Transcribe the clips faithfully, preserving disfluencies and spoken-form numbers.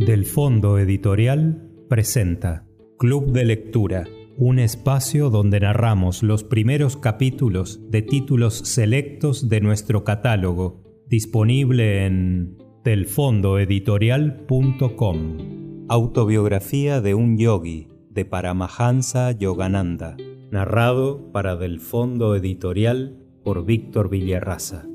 Del Fondo Editorial presenta Club de Lectura, un espacio donde narramos los primeros capítulos de títulos selectos de nuestro catálogo, disponible en del fondo editorial punto com. Autobiografía de un yogi, de Paramahansa Yogananda, narrado para Del Fondo Editorial por Víctor Villarraza.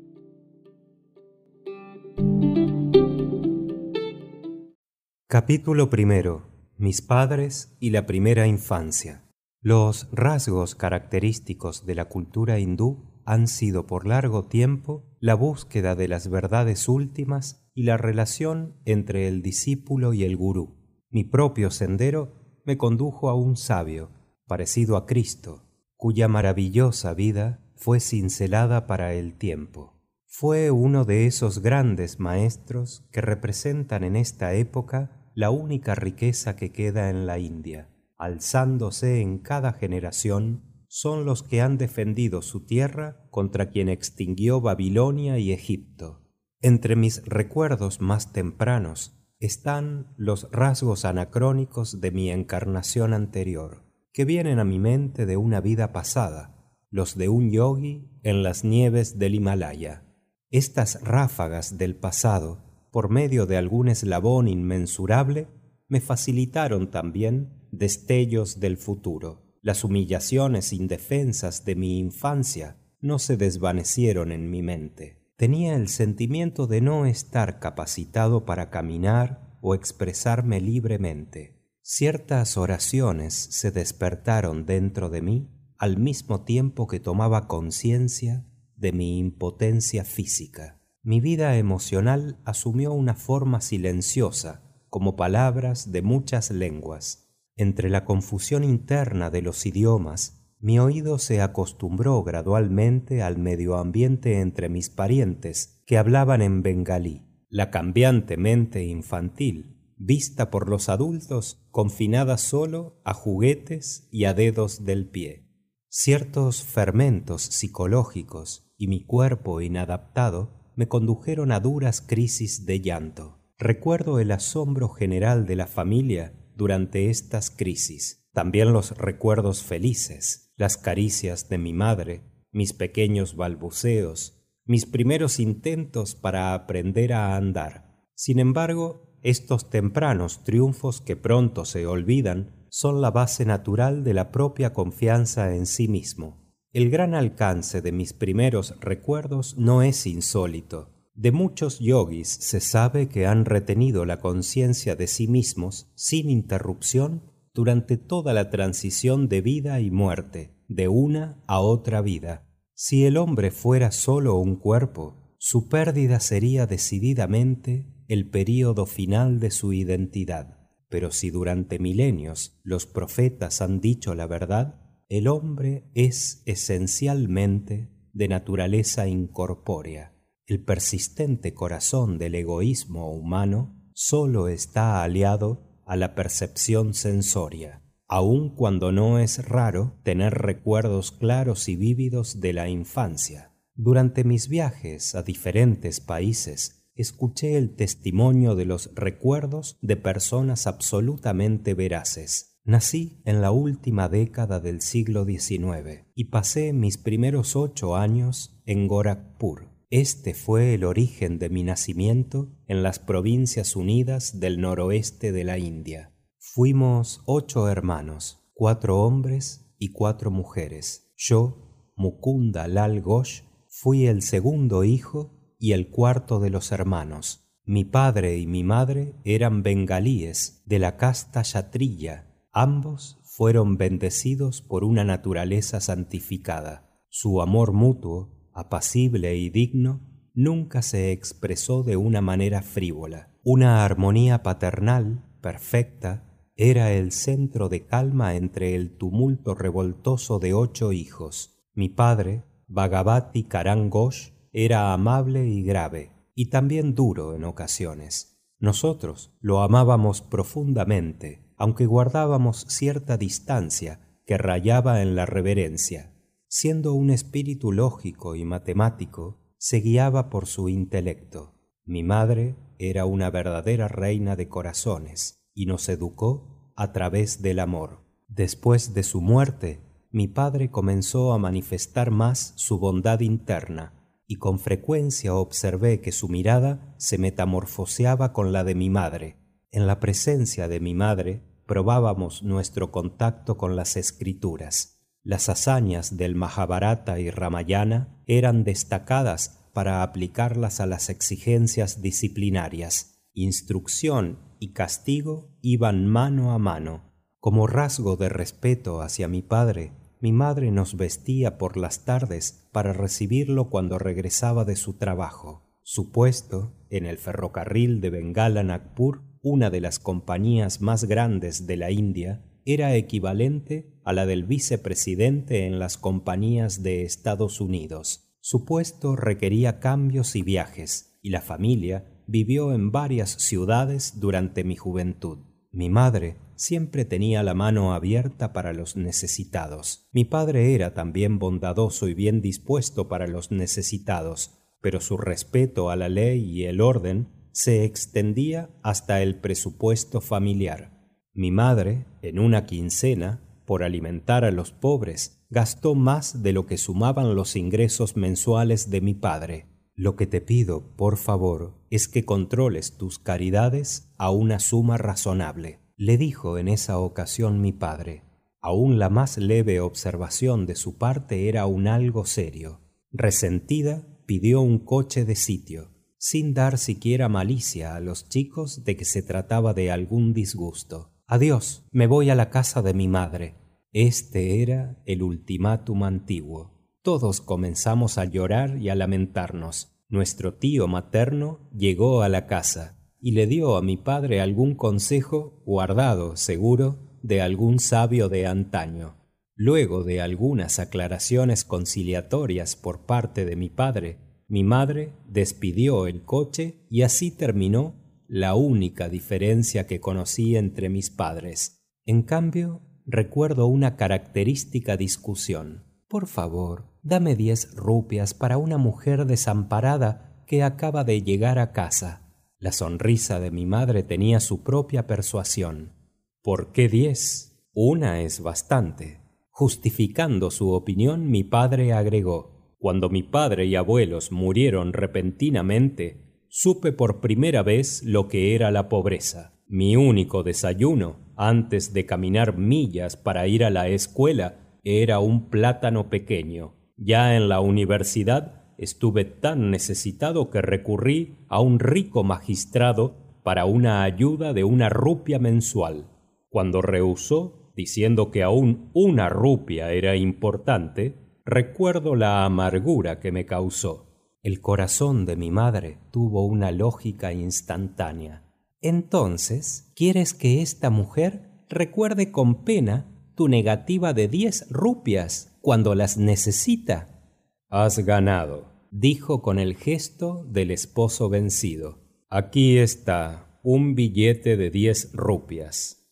Capítulo primero. Mis padres y la primera infancia. Los rasgos característicos de la cultura hindú han sido por largo tiempo la búsqueda de las verdades últimas y la relación entre el discípulo y el gurú. Mi propio sendero me condujo a un sabio, parecido a Cristo, cuya maravillosa vida fue cincelada para el tiempo. Fue uno de esos grandes maestros que representan en esta época la única riqueza que queda en la India. Alzándose en cada generación, son los que han defendido su tierra contra quien extinguió Babilonia y Egipto. Entre mis recuerdos más tempranos están los rasgos anacrónicos de mi encarnación anterior, que vienen a mi mente de una vida pasada, los de un yogi en las nieves del Himalaya. Estas ráfagas del pasado, por medio de algún eslabón inmensurable, me facilitaron también destellos del futuro. Las humillaciones indefensas de mi infancia no se desvanecieron en mi mente. Tenía el sentimiento de no estar capacitado para caminar o expresarme libremente. Ciertas oraciones se despertaron dentro de mí al mismo tiempo que tomaba conciencia de mi impotencia física. Mi vida emocional asumió una forma silenciosa, como palabras de muchas lenguas. Entre la confusión interna de los idiomas, mi oído se acostumbró gradualmente al medio ambiente entre mis parientes, que hablaban en bengalí. La cambiante mente infantil, vista por los adultos, confinada solo a juguetes y a dedos del pie. Ciertos fermentos psicológicos y mi cuerpo inadaptado me condujeron a duras crisis de llanto. Recuerdo el asombro general de la familia durante estas crisis. También los recuerdos felices, las caricias de mi madre, mis pequeños balbuceos, mis primeros intentos para aprender a andar. Sin embargo, estos tempranos triunfos que pronto se olvidan son la base natural de la propia confianza en sí mismo. El gran alcance de mis primeros recuerdos no es insólito. De muchos yogis se sabe que han retenido la conciencia de sí mismos sin interrupción durante toda la transición de vida y muerte, de una a otra vida. Si el hombre fuera solo un cuerpo, su pérdida sería decididamente el período final de su identidad. Pero si durante milenios los profetas han dicho la verdad, el hombre es esencialmente de naturaleza incorpórea. El persistente corazón del egoísmo humano solo está aliado a la percepción sensoria, aun cuando no es raro tener recuerdos claros y vívidos de la infancia. Durante mis viajes a diferentes países, escuché el testimonio de los recuerdos de personas absolutamente veraces. Nací en la última década del siglo diecinueve y pasé mis primeros ocho años en Gorakhpur. Este fue el origen de mi nacimiento en las Provincias Unidas del noroeste de la India. Fuimos ocho hermanos, cuatro hombres y cuatro mujeres. Yo, Mukunda Lal Ghosh, fui el segundo hijo y el cuarto de los hermanos. Mi padre y mi madre eran bengalíes de la casta kshatriya. Ambos fueron bendecidos por una naturaleza santificada. Su amor mutuo, apacible y digno, nunca se expresó de una manera frívola. Una armonía paternal, perfecta, era el centro de calma entre el tumulto revoltoso de ocho hijos. Mi padre, Bhagavati Karan Ghosh, era amable y grave, y también duro en ocasiones. Nosotros lo amábamos profundamente, aunque guardábamos cierta distancia que rayaba en la reverencia. Siendo un espíritu lógico y matemático, se guiaba por su intelecto. Mi madre era una verdadera reina de corazones y nos educó a través del amor. Después de su muerte, mi padre comenzó a manifestar más su bondad interna, y con frecuencia observé que su mirada se metamorfoseaba con la de mi madre. En la presencia de mi madre probábamos nuestro contacto con las escrituras. Las hazañas del Mahabharata y Ramayana eran destacadas para aplicarlas a las exigencias disciplinarias. Instrucción y castigo iban mano a mano. Como rasgo de respeto hacia mi padre, mi madre nos vestía por las tardes para recibirlo cuando regresaba de su trabajo. Su puesto, en el ferrocarril de Bengala Nagpur, una de las compañías más grandes de la India, era equivalente a la del vicepresidente en las compañías de Estados Unidos. Su puesto requería cambios y viajes, y la familia vivió en varias ciudades durante mi juventud. Mi madre siempre tenía la mano abierta para los necesitados. Mi padre era también bondadoso y bien dispuesto para los necesitados, pero su respeto a la ley y el orden se extendía hasta el presupuesto familiar. Mi madre, en una quincena, por alimentar a los pobres, gastó más de lo que sumaban los ingresos mensuales de mi padre. Lo que te pido, por favor, es que controles tus caridades a una suma razonable, le dijo en esa ocasión mi padre. Aún la más leve observación de su parte era un algo serio. Resentida, pidió un coche de sitio, sin dar siquiera malicia a los chicos de que se trataba de algún disgusto. Adiós, me voy a la casa de mi madre. Este era el ultimátum antiguo. Todos comenzamos a llorar y a lamentarnos. Nuestro tío materno llegó a la casa y le dio a mi padre algún consejo guardado, seguro, de algún sabio de antaño. Luego de algunas aclaraciones conciliatorias por parte de mi padre, mi madre despidió el coche y así terminó la única diferencia que conocí entre mis padres. En cambio, recuerdo una característica discusión. Por favor, dame diez rupias para una mujer desamparada que acaba de llegar a casa. La sonrisa de mi madre tenía su propia persuasión. ¿Por qué diez? Una es bastante. Justificando su opinión, mi padre agregó: cuando mi padre y abuelos murieron repentinamente, supe por primera vez lo que era la pobreza. Mi único desayuno, antes de caminar millas para ir a la escuela, era un plátano pequeño. Ya en la universidad estuve tan necesitado que recurrí a un rico magistrado para una ayuda de una rupia mensual. Cuando rehusó, diciendo que aún una rupia era importante, recuerdo la amargura que me causó. El corazón de mi madre tuvo una lógica instantánea. Entonces, ¿quieres que esta mujer recuerde con pena tu negativa de diez rupias cuando las necesita? Has ganado, dijo con el gesto del esposo vencido. Aquí está un billete de diez rupias.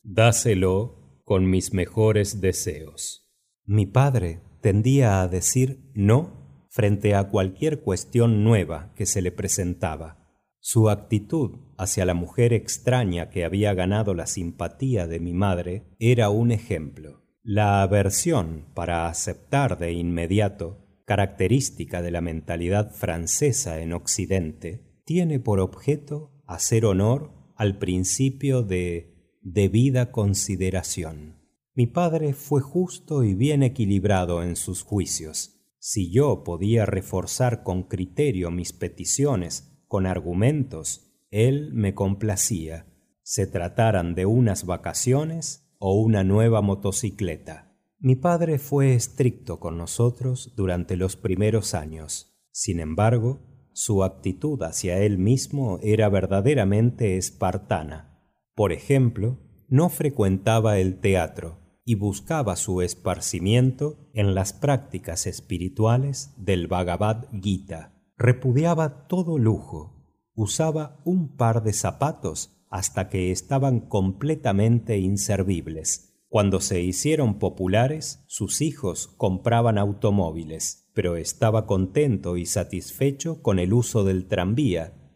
Dáselo con mis mejores deseos. Mi padre tendía a decir no frente a cualquier cuestión nueva que se le presentaba. Su actitud hacia la mujer extraña que había ganado la simpatía de mi madre era un ejemplo. La aversión para aceptar de inmediato, característica de la mentalidad francesa en Occidente, tiene por objeto hacer honor al principio de debida consideración. Mi padre fue justo y bien equilibrado en sus juicios. Si yo podía reforzar con criterio mis peticiones con argumentos, él me complacía, se trataran de unas vacaciones o una nueva motocicleta. Mi padre fue estricto con nosotros durante los primeros años. Sin embargo, su actitud hacia él mismo era verdaderamente espartana. Por ejemplo, no frecuentaba el teatro y buscaba su esparcimiento en las prácticas espirituales del Bhagavad Gita. Repudiaba todo lujo. Usaba un par de zapatos hasta que estaban completamente inservibles. Cuando se hicieron populares, sus hijos compraban automóviles, pero estaba contento y satisfecho con el uso del tranvía,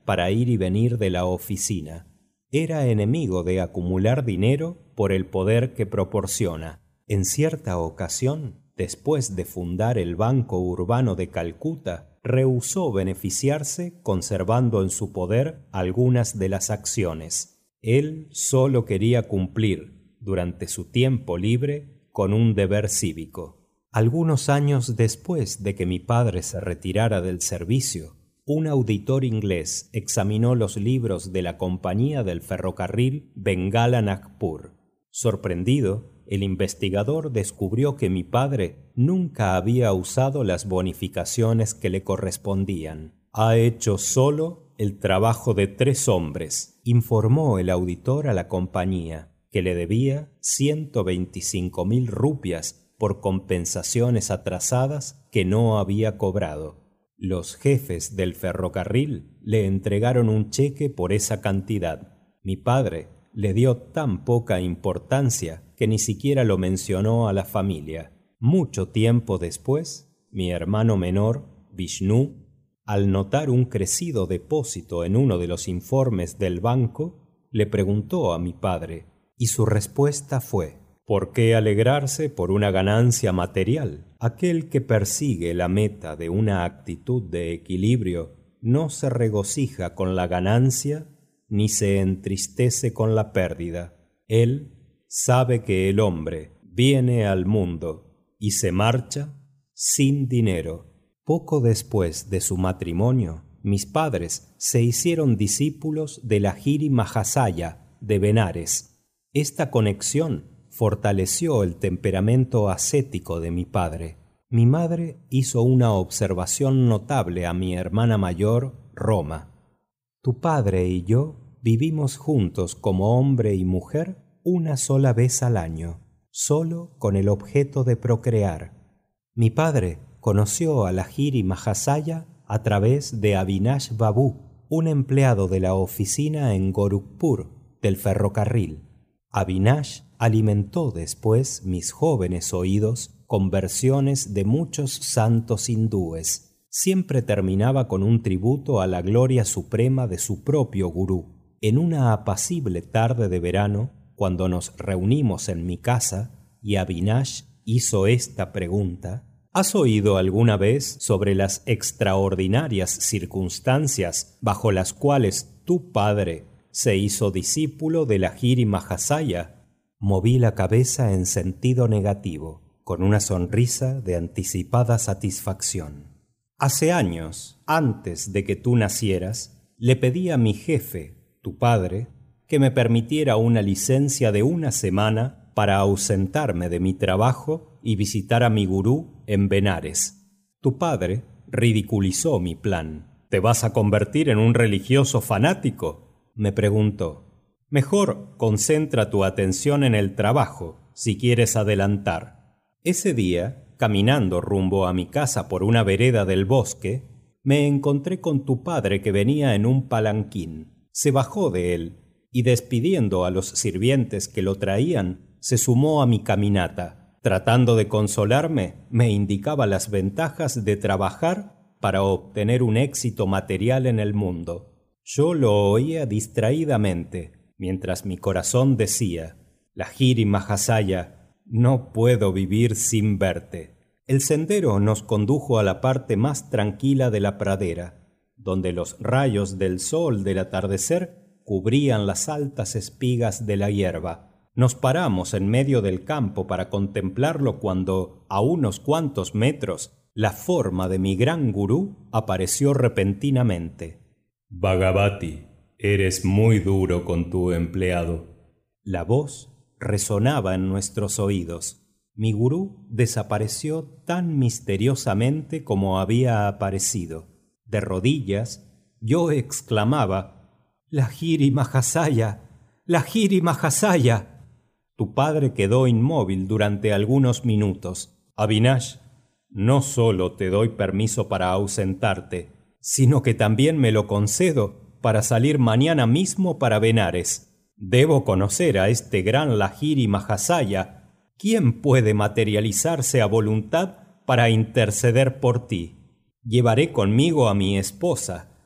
para ir y venir de la oficina. Era enemigo de acumular dinero por el poder que proporciona. En cierta ocasión, después de fundar el Banco Urbano de Calcuta, rehusó beneficiarse conservando en su poder algunas de las acciones. Él solo quería cumplir, durante su tiempo libre, con un deber cívico. Algunos años después de que mi padre se retirara del servicio, un auditor inglés examinó los libros de la compañía del ferrocarril Bengala-Nagpur. Sorprendido, el investigador descubrió que mi padre nunca había usado las bonificaciones que le correspondían. «Ha hecho solo el trabajo de tres hombres», informó el auditor a la compañía, que le debía ciento veinticinco mil rupias por compensaciones atrasadas que no había cobrado. Los jefes del ferrocarril le entregaron un cheque por esa cantidad. Mi padre le dio tan poca importancia que ni siquiera lo mencionó a la familia. Mucho tiempo después, mi hermano menor, Vishnu, al notar un crecido depósito en uno de los informes del banco, le preguntó a mi padre, y su respuesta fue: ¿por qué alegrarse por una ganancia material? Aquel que persigue la meta de una actitud de equilibrio no se regocija con la ganancia ni se entristece con la pérdida. Él sabe que el hombre viene al mundo y se marcha sin dinero. Poco después de su matrimonio, mis padres se hicieron discípulos de la Giri Mahasaya de Benares. Esta conexión fortaleció el temperamento ascético de mi padre. Mi madre hizo una observación notable a mi hermana mayor, Roma. Tu padre y yo vivimos juntos como hombre y mujer una sola vez al año, solo con el objeto de procrear. Mi padre conoció a la Giri Mahasaya a través de Avinash Babu, un empleado de la oficina en Gorukhpur del ferrocarril. Avinash alimentó después mis jóvenes oídos con versiones de muchos santos hindúes. Siempre terminaba con un tributo a la gloria suprema de su propio gurú. En una apacible tarde de verano, cuando nos reunimos en mi casa y Avinash hizo esta pregunta: ¿has oído alguna vez sobre las extraordinarias circunstancias bajo las cuales tu padre se hizo discípulo de la Giri Mahasaya? Moví la cabeza en sentido negativo, con una sonrisa de anticipada satisfacción. Hace años, antes de que tú nacieras, le pedí a mi jefe, tu padre, que me permitiera una licencia de una semana para ausentarme de mi trabajo y visitar a mi gurú en Benares. Tu padre ridiculizó mi plan. ¿Te vas a convertir en un religioso fanático?, me preguntó. Mejor concentra tu atención en el trabajo, si quieres adelantar. Ese día, caminando rumbo a mi casa por una vereda del bosque, me encontré con tu padre que venía en un palanquín. Se bajó de él y, despidiendo a los sirvientes que lo traían, se sumó a mi caminata. Tratando de consolarme, me indicaba las ventajas de trabajar para obtener un éxito material en el mundo. Yo lo oía distraídamente, mientras mi corazón decía: la Giri Mahasaya, no puedo vivir sin verte. El sendero nos condujo a la parte más tranquila de la pradera, donde los rayos del sol del atardecer cubrían las altas espigas de la hierba. Nos paramos en medio del campo para contemplarlo cuando, a unos cuantos metros, la forma de mi gran gurú apareció repentinamente. Bhagavati, eres muy duro con tu empleado. La voz resonaba en nuestros oídos. Mi gurú desapareció tan misteriosamente como había aparecido. De rodillas, yo exclamaba: «¡La Giri Mahasaya! ¡La Giri Mahasaya!». Tu padre quedó inmóvil durante algunos minutos. Avinash, no solo te doy permiso para ausentarte, sino que también me lo concedo para salir mañana mismo para Benares. Debo conocer a este gran La Giri Mahasaya. ¿Quién puede materializarse a voluntad para interceder por ti? Llevaré conmigo a mi esposa,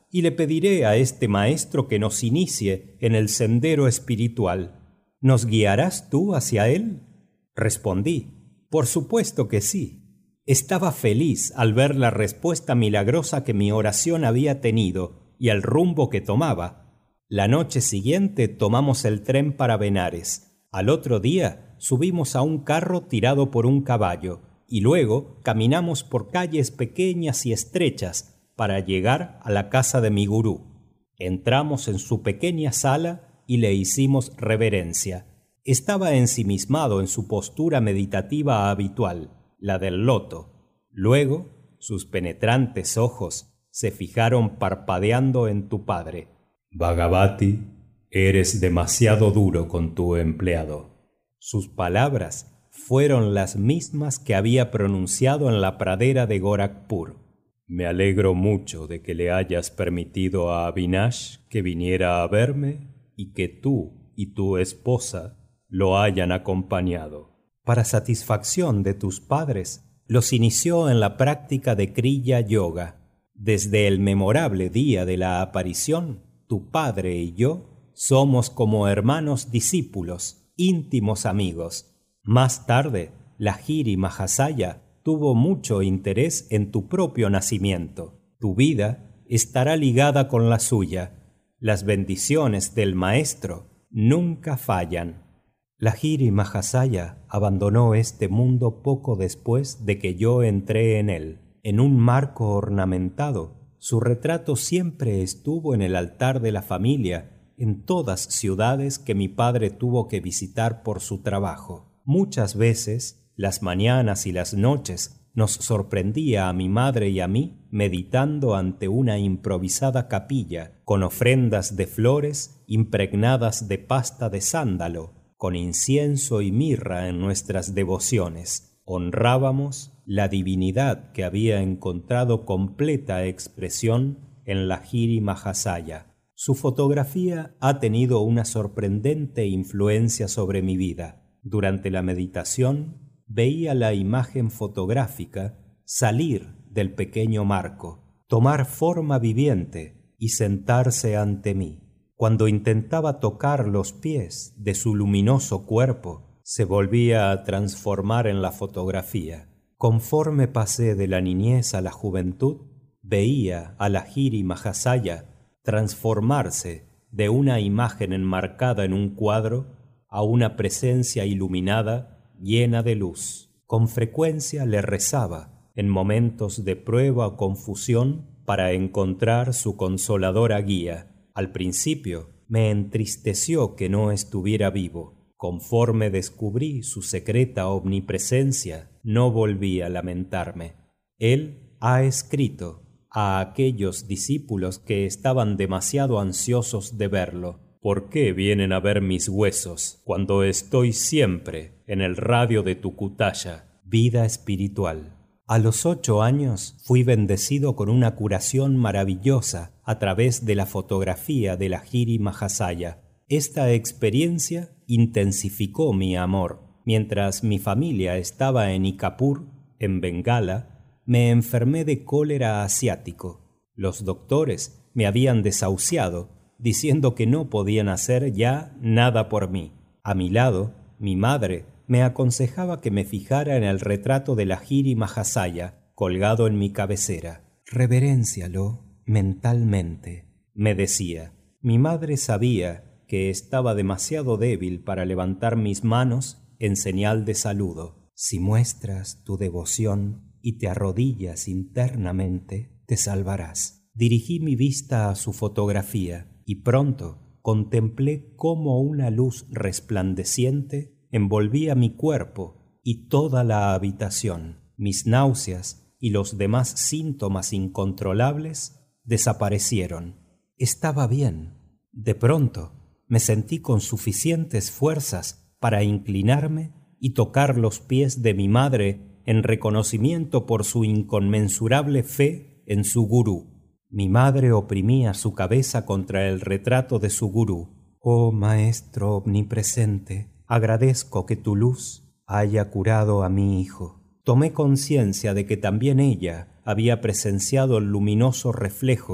y le pediré a este maestro que nos inicie en el sendero espiritual. ¿Nos guiarás tú hacia él? Respondí: por supuesto que sí. Estaba feliz al ver la respuesta milagrosa que mi oración había tenido y el rumbo que tomaba. La noche siguiente tomamos el tren para Benares. Al otro día subimos a un carro tirado por un caballo y luego caminamos por calles pequeñas y estrechas para llegar a la casa de mi gurú. Entramos en su pequeña sala y le hicimos reverencia. Estaba ensimismado en su postura meditativa habitual, la del loto. Luego, sus penetrantes ojos se fijaron parpadeando en tu padre. Bhagavati, eres demasiado duro con tu empleado. Sus palabras fueron las mismas que había pronunciado en la pradera de Gorakhpur. Me alegro mucho de que le hayas permitido a Avinash que viniera a verme y que tú y tu esposa lo hayan acompañado. Para satisfacción de tus padres, los inició en la práctica de Kriya Yoga. Desde el memorable día de la aparición, tu padre y yo somos como hermanos discípulos, íntimos amigos. Más tarde, Lahiri Mahasaya tuvo mucho interés en tu propio nacimiento. Tu vida estará ligada con la suya. Las bendiciones del maestro nunca fallan. Lahiri Mahasaya abandonó este mundo poco después de que yo entré en él. En un marco ornamentado, su retrato siempre estuvo en el altar de la familia en todas ciudades que mi padre tuvo que visitar por su trabajo. Muchas veces, las mañanas y las noches, nos sorprendía a mi madre y a mí meditando ante una improvisada capilla con ofrendas de flores impregnadas de pasta de sándalo, con incienso y mirra en nuestras devociones. Honrábamos la divinidad que había encontrado completa expresión en Lahiri Mahasaya. Su fotografía ha tenido una sorprendente influencia sobre mi vida. Durante la meditación, veía la imagen fotográfica salir del pequeño marco, tomar forma viviente y sentarse ante mí. Cuando intentaba tocar los pies de su luminoso cuerpo, se volvía a transformar en la fotografía. Conforme pasé de la niñez a la juventud, veía a Lahiri Mahasaya transformarse de una imagen enmarcada en un cuadro a una presencia iluminada llena de luz. Con frecuencia le rezaba en momentos de prueba o confusión para encontrar su consoladora guía. Al principio me entristeció que no estuviera vivo. Conforme descubrí su secreta omnipresencia, no volví a lamentarme. Él ha escrito a aquellos discípulos que estaban demasiado ansiosos de verlo: ¿por qué vienen a ver mis huesos cuando estoy siempre en el radio de tu Kutaya? Vida espiritual. A los ocho años fui bendecido con una curación maravillosa a través de la fotografía de Lahiri Mahasaya. Esta experiencia intensificó mi amor. Mientras mi familia estaba en Ikapur, en Bengala, me enfermé de cólera asiático. Los doctores me habían desahuciado, diciendo que no podían hacer ya nada por mí. A mi lado, mi madre me aconsejaba que me fijara en el retrato de Lahiri Mahasaya colgado en mi cabecera. Reveréncialo mentalmente, me decía. Mi madre sabía que estaba demasiado débil para levantar mis manos en señal de saludo. Si muestras tu devoción y te arrodillas internamente, te salvarás. Dirigí mi vista a su fotografía y pronto contemplé cómo una luz resplandeciente envolvía mi cuerpo y toda la habitación. Mis náuseas y los demás síntomas incontrolables desaparecieron. Estaba bien. De pronto me sentí con suficientes fuerzas para inclinarme y tocar los pies de mi madre en reconocimiento por su inconmensurable fe en su gurú. Mi madre oprimía su cabeza contra el retrato de su gurú. Oh Maestro omnipresente, agradezco que tu luz haya curado a mi hijo. Tomé conciencia de que también ella había presenciado el luminoso reflejo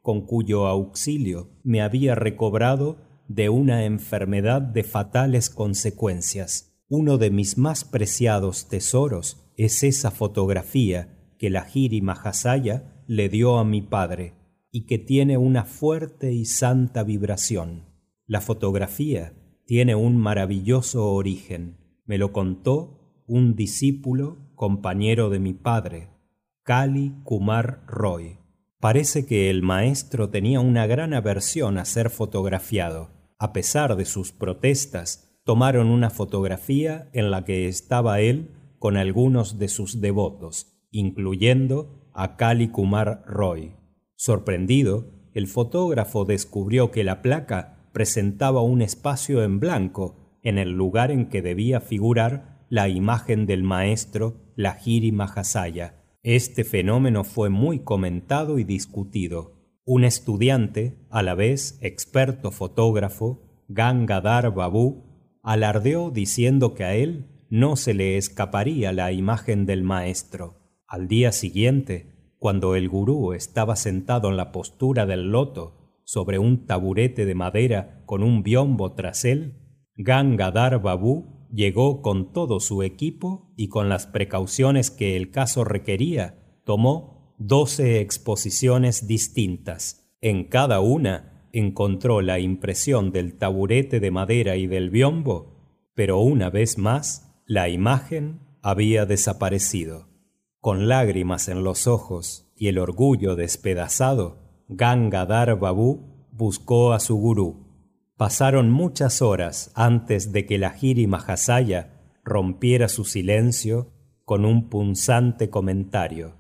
con cuyo auxilio me había recobrado de una enfermedad de fatales consecuencias. Uno de mis más preciados tesoros es esa fotografía que Lahiri Mahasaya le dio a mi padre y que tiene una fuerte y santa vibración. La fotografía tiene un maravilloso origen. Me lo contó un discípulo, compañero de mi padre, Kali Kumar Roy. Parece que el maestro tenía una gran aversión a ser fotografiado. A pesar de sus protestas, tomaron una fotografía en la que estaba él con algunos de sus devotos, incluyendo a Kali Kumar Roy. Sorprendido, el fotógrafo descubrió que la placa presentaba un espacio en blanco en el lugar en que debía figurar la imagen del maestro Lahiri Mahasaya. Este fenómeno fue muy comentado y discutido. Un estudiante, a la vez experto fotógrafo, Gangadhar Babu, alardeó diciendo que a él no se le escaparía la imagen del maestro. Al día siguiente, cuando el gurú estaba sentado en la postura del loto sobre un taburete de madera con un biombo tras él, Gangadhar Babu llegó con todo su equipo y con las precauciones que el caso requería, tomó doce exposiciones distintas. En cada una encontró la impresión del taburete de madera y del biombo, pero una vez más la imagen había desaparecido. Con lágrimas en los ojos y el orgullo despedazado, Gangadhar Babu buscó a su gurú. Pasaron muchas horas antes de que Lahiri Mahasaya rompiera su silencio con un punzante comentario.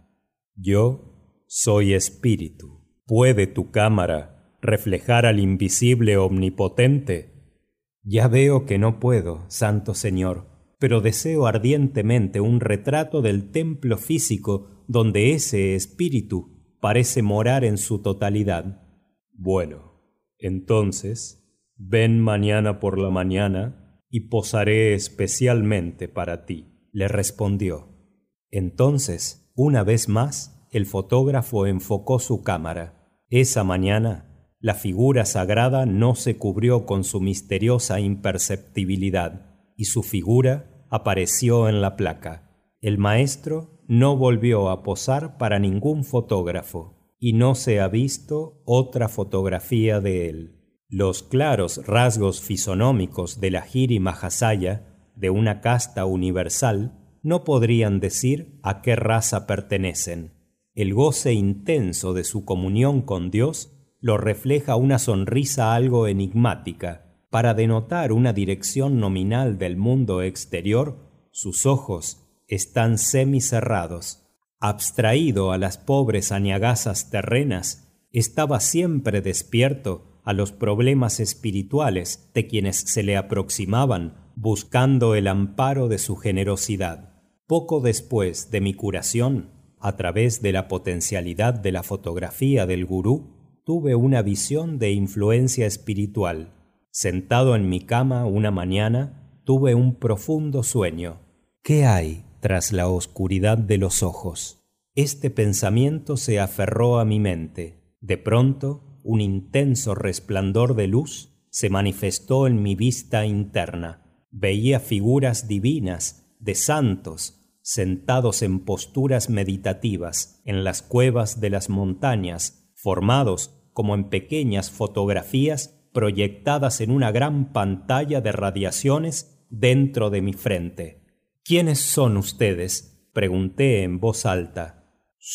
Yo soy espíritu. ¿Puede tu cámara reflejar al invisible omnipotente? Ya veo que no puedo, santo señor, pero deseo ardientemente un retrato del templo físico donde ese espíritu parece morar en su totalidad. Bueno, entonces ven mañana por la mañana y posaré especialmente para ti, le respondió. Entonces, una vez más, el fotógrafo enfocó su cámara. Esa mañana, la figura sagrada no se cubrió con su misteriosa imperceptibilidad y su figura apareció en la placa. El maestro no volvió a posar para ningún fotógrafo y no se ha visto otra fotografía de él. Los claros rasgos fisonómicos de Lahiri Mahasaya, de una casta universal, no podrían decir a qué raza pertenecen. El goce intenso de su comunión con Dios lo refleja una sonrisa algo enigmática. Para denotar una dirección nominal del mundo exterior, sus ojos están semicerrados. Abstraído a las pobres añagazas terrenas, estaba siempre despierto a los problemas espirituales de quienes se le aproximaban buscando el amparo de su generosidad. Poco después de mi curación, a través de la potencialidad de la fotografía del gurú, tuve una visión de influencia espiritual. Sentado en mi cama una mañana, tuve un profundo sueño. ¿Qué hay tras la oscuridad de los ojos? Este pensamiento se aferró a mi mente. De pronto, un intenso resplandor de luz se manifestó en mi vista interna. Veía figuras divinas de santos sentados en posturas meditativas en las cuevas de las montañas, formados como en pequeñas fotografías proyectadas en una gran pantalla de radiaciones dentro de mi frente. ¿Quiénes son ustedes?, pregunté en voz alta.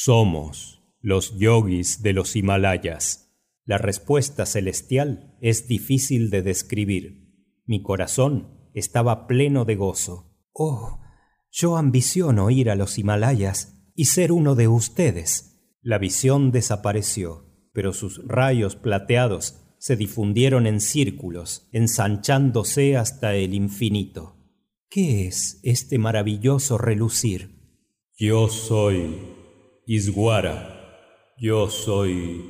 Somos los yogis de los Himalayas. La respuesta celestial es difícil de describir. Mi corazón estaba pleno de gozo. Oh, yo ambiciono ir a los Himalayas y ser uno de ustedes. La visión desapareció, pero sus rayos plateados se difundieron en círculos, ensanchándose hasta el infinito. ¿Qué es este maravilloso relucir? Yo soy Iswara. Yo soy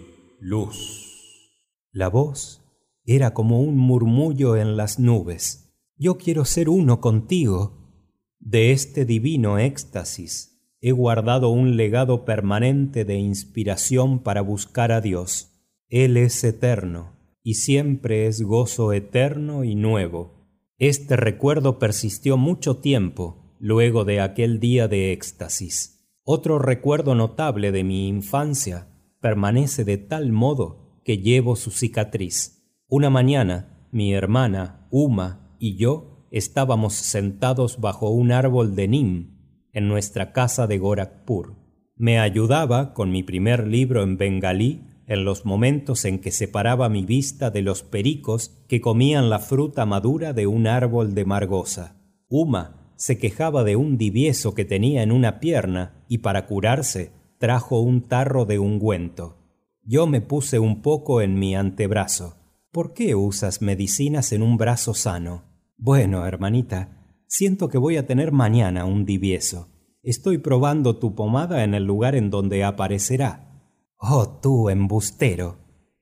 luz. La voz era como un murmullo en las nubes. Yo quiero ser uno contigo. De este divino éxtasis he guardado un legado permanente de inspiración para buscar a Dios. Él es eterno, y siempre es gozo eterno y nuevo. Este recuerdo persistió mucho tiempo luego de aquel día de éxtasis. Otro recuerdo notable de mi infancia permanece de tal modo que llevo su cicatriz. Una mañana, mi hermana, Uma, y yo estábamos sentados bajo un árbol de nim en nuestra casa de Gorakhpur. Me ayudaba con mi primer libro en bengalí en los momentos en que separaba mi vista de los pericos que comían la fruta madura de un árbol de margosa. Uma se quejaba de un divieso que tenía en una pierna y para curarse trajo un tarro de ungüento. Yo me puse un poco en mi antebrazo. ¿Por qué usas medicinas en un brazo sano? Bueno, hermanita, siento que voy a tener mañana un divieso. Estoy probando tu pomada en el lugar en donde aparecerá. Oh, tú embustero.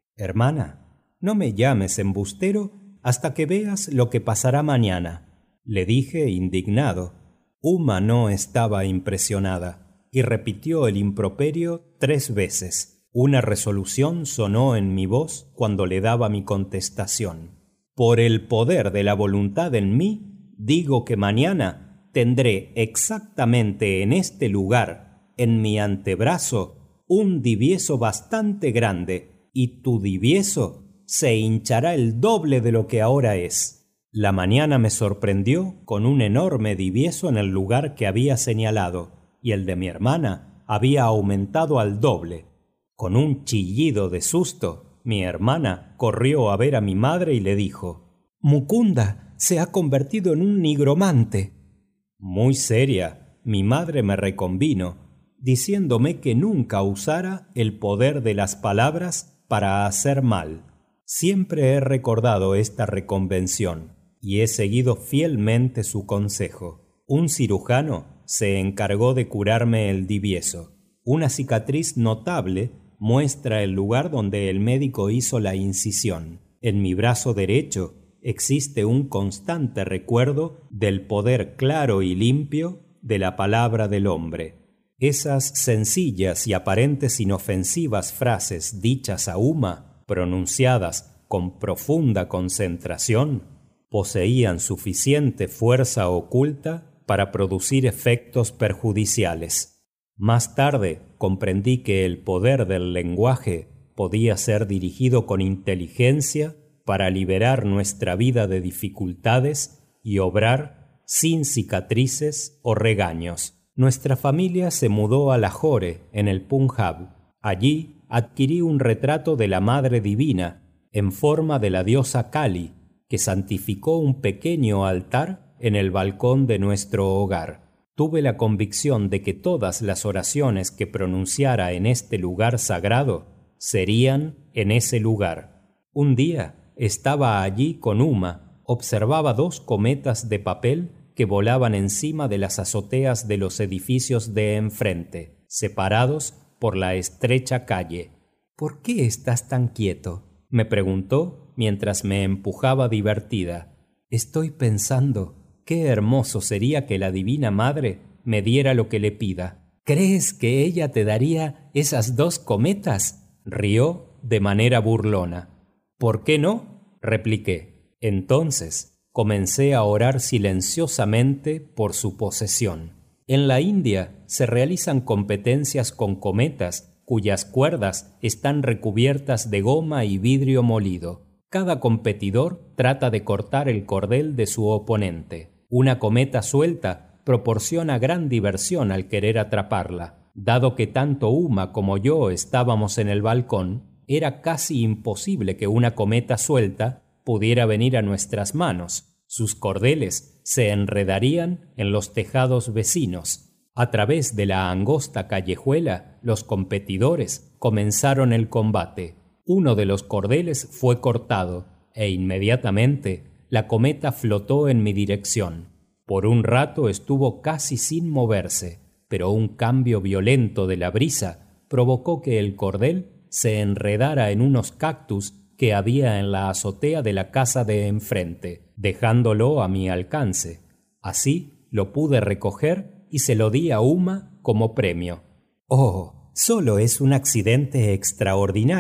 Hermana, no me llames embustero hasta que veas lo que pasará mañana, le dije indignado. Uma no estaba impresionada y repitió el improperio tres veces. Una resolución sonó en mi voz cuando le daba mi contestación. Por el poder de la voluntad en mí, digo que mañana tendré exactamente en este lugar, en mi antebrazo, un divieso bastante grande, y tu divieso se hinchará el doble de lo que ahora es. La mañana me sorprendió con un enorme divieso en el lugar que había señalado, y el de mi hermana había aumentado al doble. Con un chillido de susto, mi hermana corrió a ver a mi madre y le dijo: «Mukunda se ha convertido en un nigromante». Muy seria, mi madre me reconvino, diciéndome que nunca usara el poder de las palabras para hacer mal. Siempre he recordado esta reconvención y he seguido fielmente su consejo. Un cirujano se encargó de curarme el divieso. Una cicatriz notable muestra el lugar donde el médico hizo la incisión. En mi brazo derecho existe un constante recuerdo del poder claro y limpio de la palabra del hombre. Esas sencillas y aparentes inofensivas frases dichas a Uma, pronunciadas con profunda concentración, poseían suficiente fuerza oculta para producir efectos perjudiciales. Más tarde comprendí que el poder del lenguaje podía ser dirigido con inteligencia para liberar nuestra vida de dificultades y obrar sin cicatrices o regaños. Nuestra familia se mudó a Lahore, en el Punjab. Allí adquirí un retrato de la Madre Divina, en forma de la diosa Kali, que santificó un pequeño altar en el balcón de nuestro hogar. Tuve la convicción de que todas las oraciones que pronunciara en este lugar sagrado serían en ese lugar. Un día estaba allí con Uma, observaba dos cometas de papel que volaban encima de las azoteas de los edificios de enfrente, separados por la estrecha calle. «¿Por qué estás tan quieto?», me preguntó mientras me empujaba divertida. «Estoy pensando qué hermoso sería que la Divina Madre me diera lo que le pida». «¿Crees que ella te daría esas dos cometas?», rió de manera burlona. «¿Por qué no?», repliqué. Entonces comencé a orar silenciosamente por su posesión. En la India se realizan competencias con cometas cuyas cuerdas están recubiertas de goma y vidrio molido. Cada competidor trata de cortar el cordel de su oponente. Una cometa suelta proporciona gran diversión al querer atraparla. Dado que tanto Uma como yo estábamos en el balcón, era casi imposible que una cometa suelta pudiera venir a nuestras manos. Sus cordeles se enredarían en los tejados vecinos. A través de la angosta callejuela, los competidores comenzaron el combate. Uno de los cordeles fue cortado e inmediatamente la cometa flotó en mi dirección. Por un rato estuvo casi sin moverse, pero un cambio violento de la brisa provocó que el cordel se enredara en unos cactus que había en la azotea de la casa de enfrente, dejándolo a mi alcance. Así lo pude recoger y se lo di a Uma como premio. «Oh, solo es un accidente extraordinario,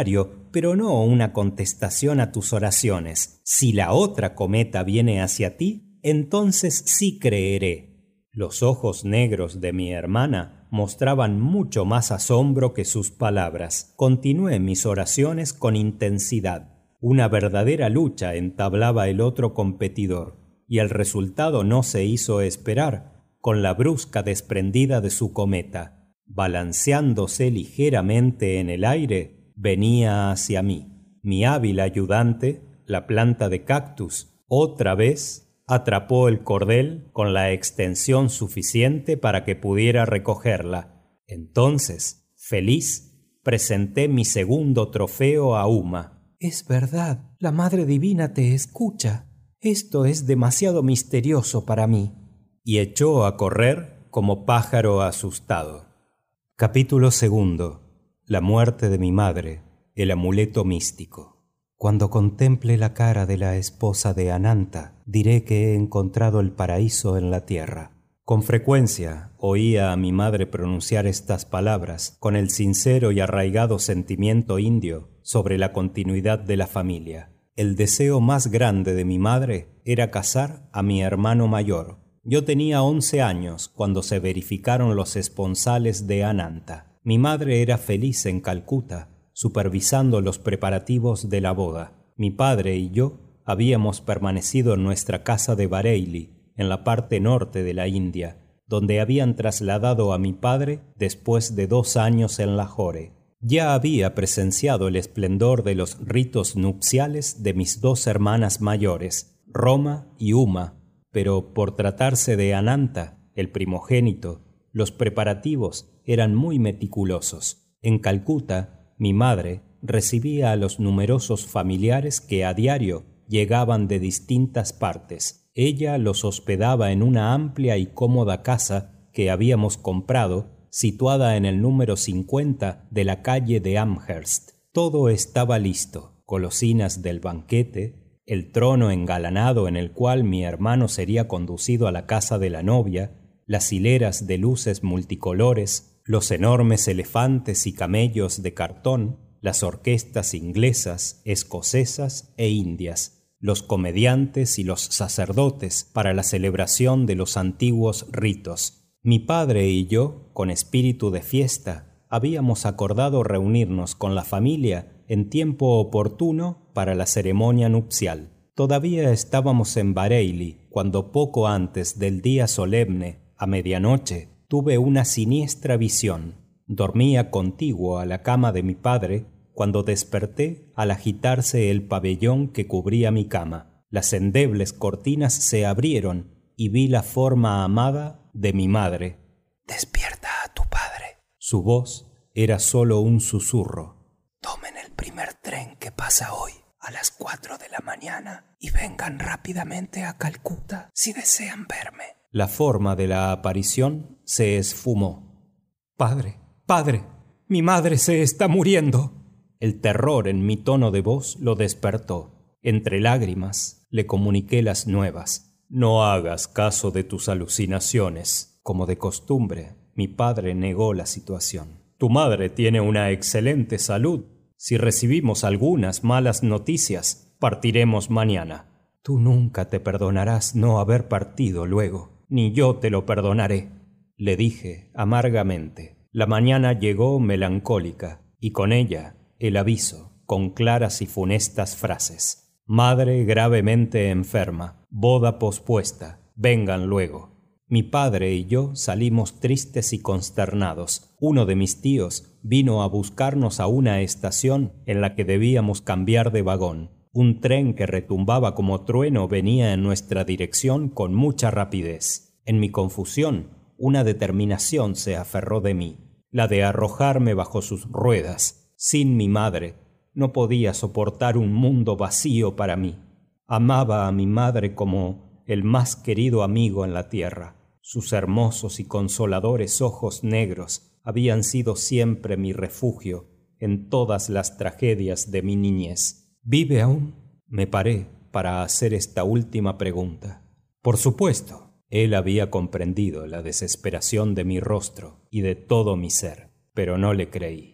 pero no una contestación a tus oraciones. Si la otra cometa viene hacia ti, entonces sí creeré». Los ojos negros de mi hermana mostraban mucho más asombro que sus palabras. Continué mis oraciones con intensidad. Una verdadera lucha entablaba el otro competidor, y el resultado no se hizo esperar, con la brusca desprendida de su cometa. Balanceándose ligeramente en el aire, venía hacia mí. Mi hábil ayudante, la planta de cactus, otra vez atrapó el cordel con la extensión suficiente para que pudiera recogerla. Entonces, feliz, presenté mi segundo trofeo a Uma. «Es verdad, la Madre Divina te escucha. Esto es demasiado misterioso para mí». Y echó a correr como pájaro asustado. Capítulo segundo. La muerte de mi madre, el amuleto místico. Cuando contemple la cara de la esposa de Ananta, diré que he encontrado el paraíso en la tierra. Con frecuencia oía a mi madre pronunciar estas palabras con el sincero y arraigado sentimiento indio sobre la continuidad de la familia. El deseo más grande de mi madre era casar a mi hermano mayor. Yo tenía once años cuando se verificaron los esponsales de Ananta. Mi madre era feliz en Calcuta, supervisando los preparativos de la boda. Mi padre y yo habíamos permanecido en nuestra casa de Bareilly, en la parte norte de la India, donde habían trasladado a mi padre después de dos años en Lahore. Ya había presenciado el esplendor de los ritos nupciales de mis dos hermanas mayores, Roma y Uma, pero por tratarse de Ananta, el primogénito, los preparativos eran muy meticulosos. En Calcuta, mi madre recibía a los numerosos familiares que a diario llegaban de distintas partes. Ella los hospedaba en una amplia y cómoda casa que habíamos comprado, situada en el número cincuenta de la calle de Amherst. Todo estaba listo: golosinas del banquete, el trono engalanado en el cual mi hermano sería conducido a la casa de la novia, las hileras de luces multicolores, los enormes elefantes y camellos de cartón, las orquestas inglesas, escocesas e indias, los comediantes y los sacerdotes para la celebración de los antiguos ritos. Mi padre y yo, con espíritu de fiesta, habíamos acordado reunirnos con la familia en tiempo oportuno para la ceremonia nupcial. Todavía estábamos en Bareilly cuando, poco antes del día solemne, a medianoche, tuve una siniestra visión. Dormía contiguo a la cama de mi padre cuando desperté al agitarse el pabellón que cubría mi cama. Las endebles cortinas se abrieron y vi la forma amada de mi madre. «Despierta a tu padre». Su voz era solo un susurro. «Tomen el primer tren que pasa hoy a las cuatro de la mañana y vengan rápidamente a Calcuta si desean verme». La forma de la aparición se esfumó. «Padre, padre, mi madre se está muriendo». El terror en mi tono de voz lo despertó. Entre lágrimas le comuniqué las nuevas. «No hagas caso de tus alucinaciones». Como de costumbre, mi padre negó la situación. «Tu madre tiene una excelente salud. Si recibimos algunas malas noticias, partiremos mañana». «Tú nunca te perdonarás no haber partido luego, ni yo te lo perdonaré», le dije amargamente. La mañana llegó melancólica, y con ella el aviso, con claras y funestas frases: «Madre gravemente enferma, boda pospuesta, vengan luego». Mi padre y yo salimos tristes y consternados. Uno de mis tíos vino a buscarnos a una estación en la que debíamos cambiar de vagón. Un tren que retumbaba como trueno venía en nuestra dirección con mucha rapidez. En mi confusión, una determinación se aferró de mí, la de arrojarme bajo sus ruedas. Sin mi madre, no podía soportar un mundo vacío para mí. Amaba a mi madre como el más querido amigo en la tierra. Sus hermosos y consoladores ojos negros habían sido siempre mi refugio en todas las tragedias de mi niñez. «¿Vive aún?». Me paré para hacer esta última pregunta. Por supuesto. Él había comprendido la desesperación de mi rostro y de todo mi ser, pero no le creí.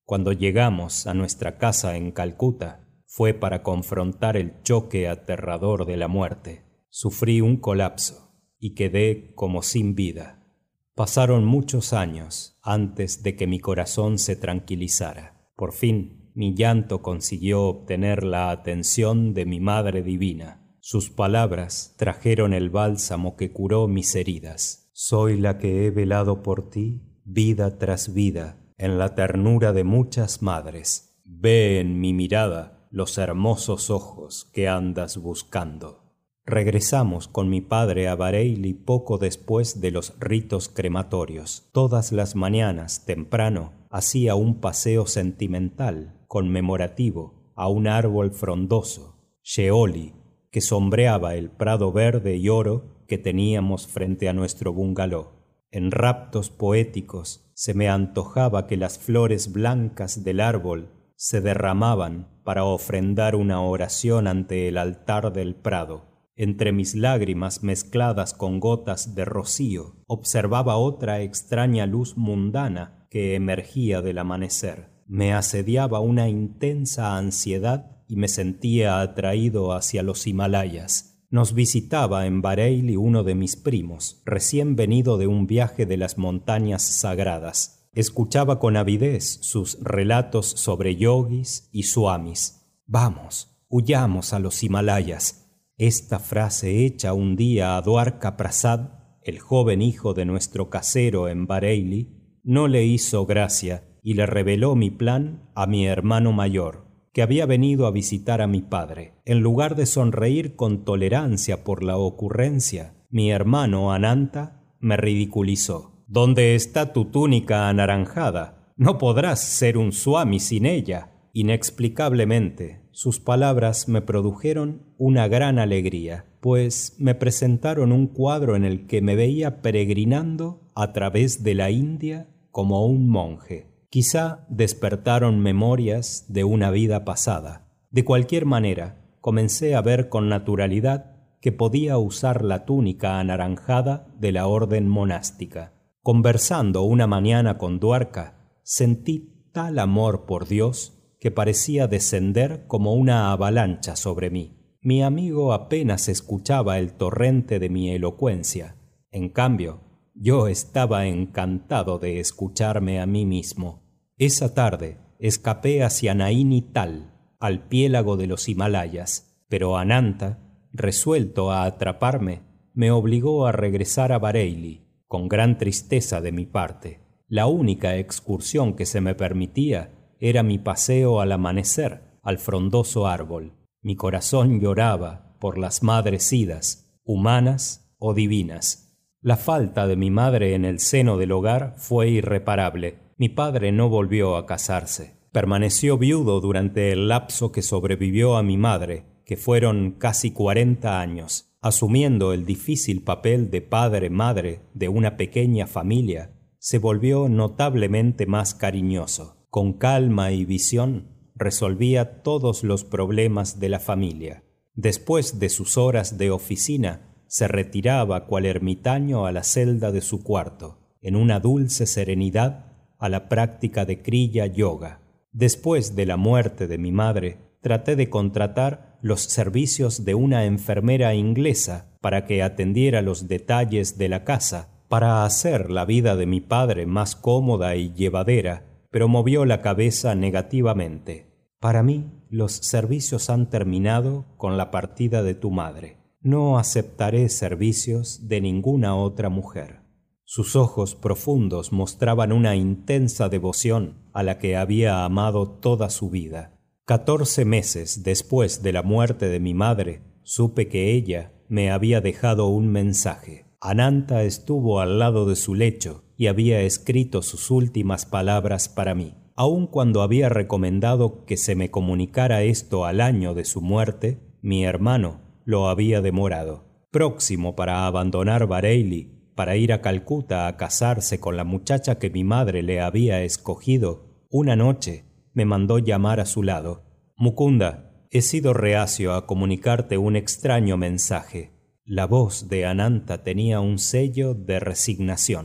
Cuando llegamos a nuestra casa en Calcuta, fue para confrontar el choque aterrador de la muerte. Sufrí un colapso y quedé como sin vida. Pasaron muchos años antes de que mi corazón se tranquilizara. Por fin, mi llanto consiguió obtener la atención de mi Madre Divina. Sus palabras trajeron el bálsamo que curó mis heridas. Soy la que he velado por ti, vida tras vida, en la ternura de muchas madres. Ve en mi mirada los hermosos ojos que andas buscando. Regresamos con mi padre a Bareilly poco después de los ritos crematorios. Todas las mañanas, temprano, hacía un paseo sentimental, conmemorativo, a un árbol frondoso, Sheoli, que sombreaba el prado verde y oro que teníamos frente a nuestro bungalow. En raptos poéticos se me antojaba que las flores blancas del árbol se derramaban para ofrendar una oración ante el altar del prado. Entre mis lágrimas mezcladas con gotas de rocío, observaba otra extraña luz mundana que emergía del amanecer. Me asediaba una intensa ansiedad y me sentía atraído hacia los Himalayas. Nos visitaba en Bareilly uno de mis primos, recién venido de un viaje de las montañas sagradas. Escuchaba con avidez sus relatos sobre yogis y swamis. «Vamos, huyamos a los Himalayas». Esta frase hecha un día a Dwarka Prasad, el joven hijo de nuestro casero en Bareilly, no le hizo gracia y le reveló mi plan a mi hermano mayor, que había venido a visitar a mi padre. En lugar de sonreír con tolerancia por la ocurrencia, mi hermano Ananta me ridiculizó. «¿Dónde está tu túnica anaranjada? No podrás ser un swami sin ella». Inexplicablemente, sus palabras me produjeron una gran alegría, pues me presentaron un cuadro en el que me veía peregrinando a través de la India como un monje. Quizá despertaron memorias de una vida pasada. De cualquier manera, comencé a ver con naturalidad que podía usar la túnica anaranjada de la orden monástica. Conversando una mañana con Dwarka, sentí tal amor por Dios que parecía descender como una avalancha sobre mí. Mi amigo apenas escuchaba el torrente de mi elocuencia. En cambio, yo estaba encantado de escucharme a mí mismo. Esa tarde escapé hacia Naini Tal, al piélago de los Himalayas, pero Ananta, resuelto a atraparme, me obligó a regresar a Bareilly, con gran tristeza de mi parte. La única excursión que se me permitía era mi paseo al amanecer al frondoso árbol. Mi corazón lloraba por las madres idas, humanas o divinas. La falta de mi madre en el seno del hogar fue irreparable. Mi padre no volvió a casarse. Permaneció viudo durante el lapso que sobrevivió a mi madre, que fueron casi cuarenta años. Asumiendo el difícil papel de padre-madre de una pequeña familia, se volvió notablemente más cariñoso. Con calma y visión, resolvía todos los problemas de la familia. Después de sus horas de oficina, se retiraba cual ermitaño a la celda de su cuarto, en una dulce serenidad a la práctica de Kriya Yoga. Después de la muerte de mi madre, traté de contratar los servicios de una enfermera inglesa para que atendiera los detalles de la casa, para hacer la vida de mi padre más cómoda y llevadera, pero movió la cabeza negativamente. «Para mí, los servicios han terminado con la partida de tu madre. No aceptaré servicios de ninguna otra mujer». Sus ojos profundos mostraban una intensa devoción a la que había amado toda su vida. Catorce meses después de la muerte de mi madre, supe que ella me había dejado un mensaje. Ananta estuvo al lado de su lecho y había escrito sus últimas palabras para mí. Aun cuando había recomendado que se me comunicara esto al año de su muerte, mi hermano lo había demorado. Próximo para abandonar Bareilly, para ir a Calcuta a casarse con la muchacha que mi madre le había escogido, una noche me mandó llamar a su lado. «Mukunda, he sido reacio a comunicarte un extraño mensaje». La voz de Ananta tenía un sello de resignación.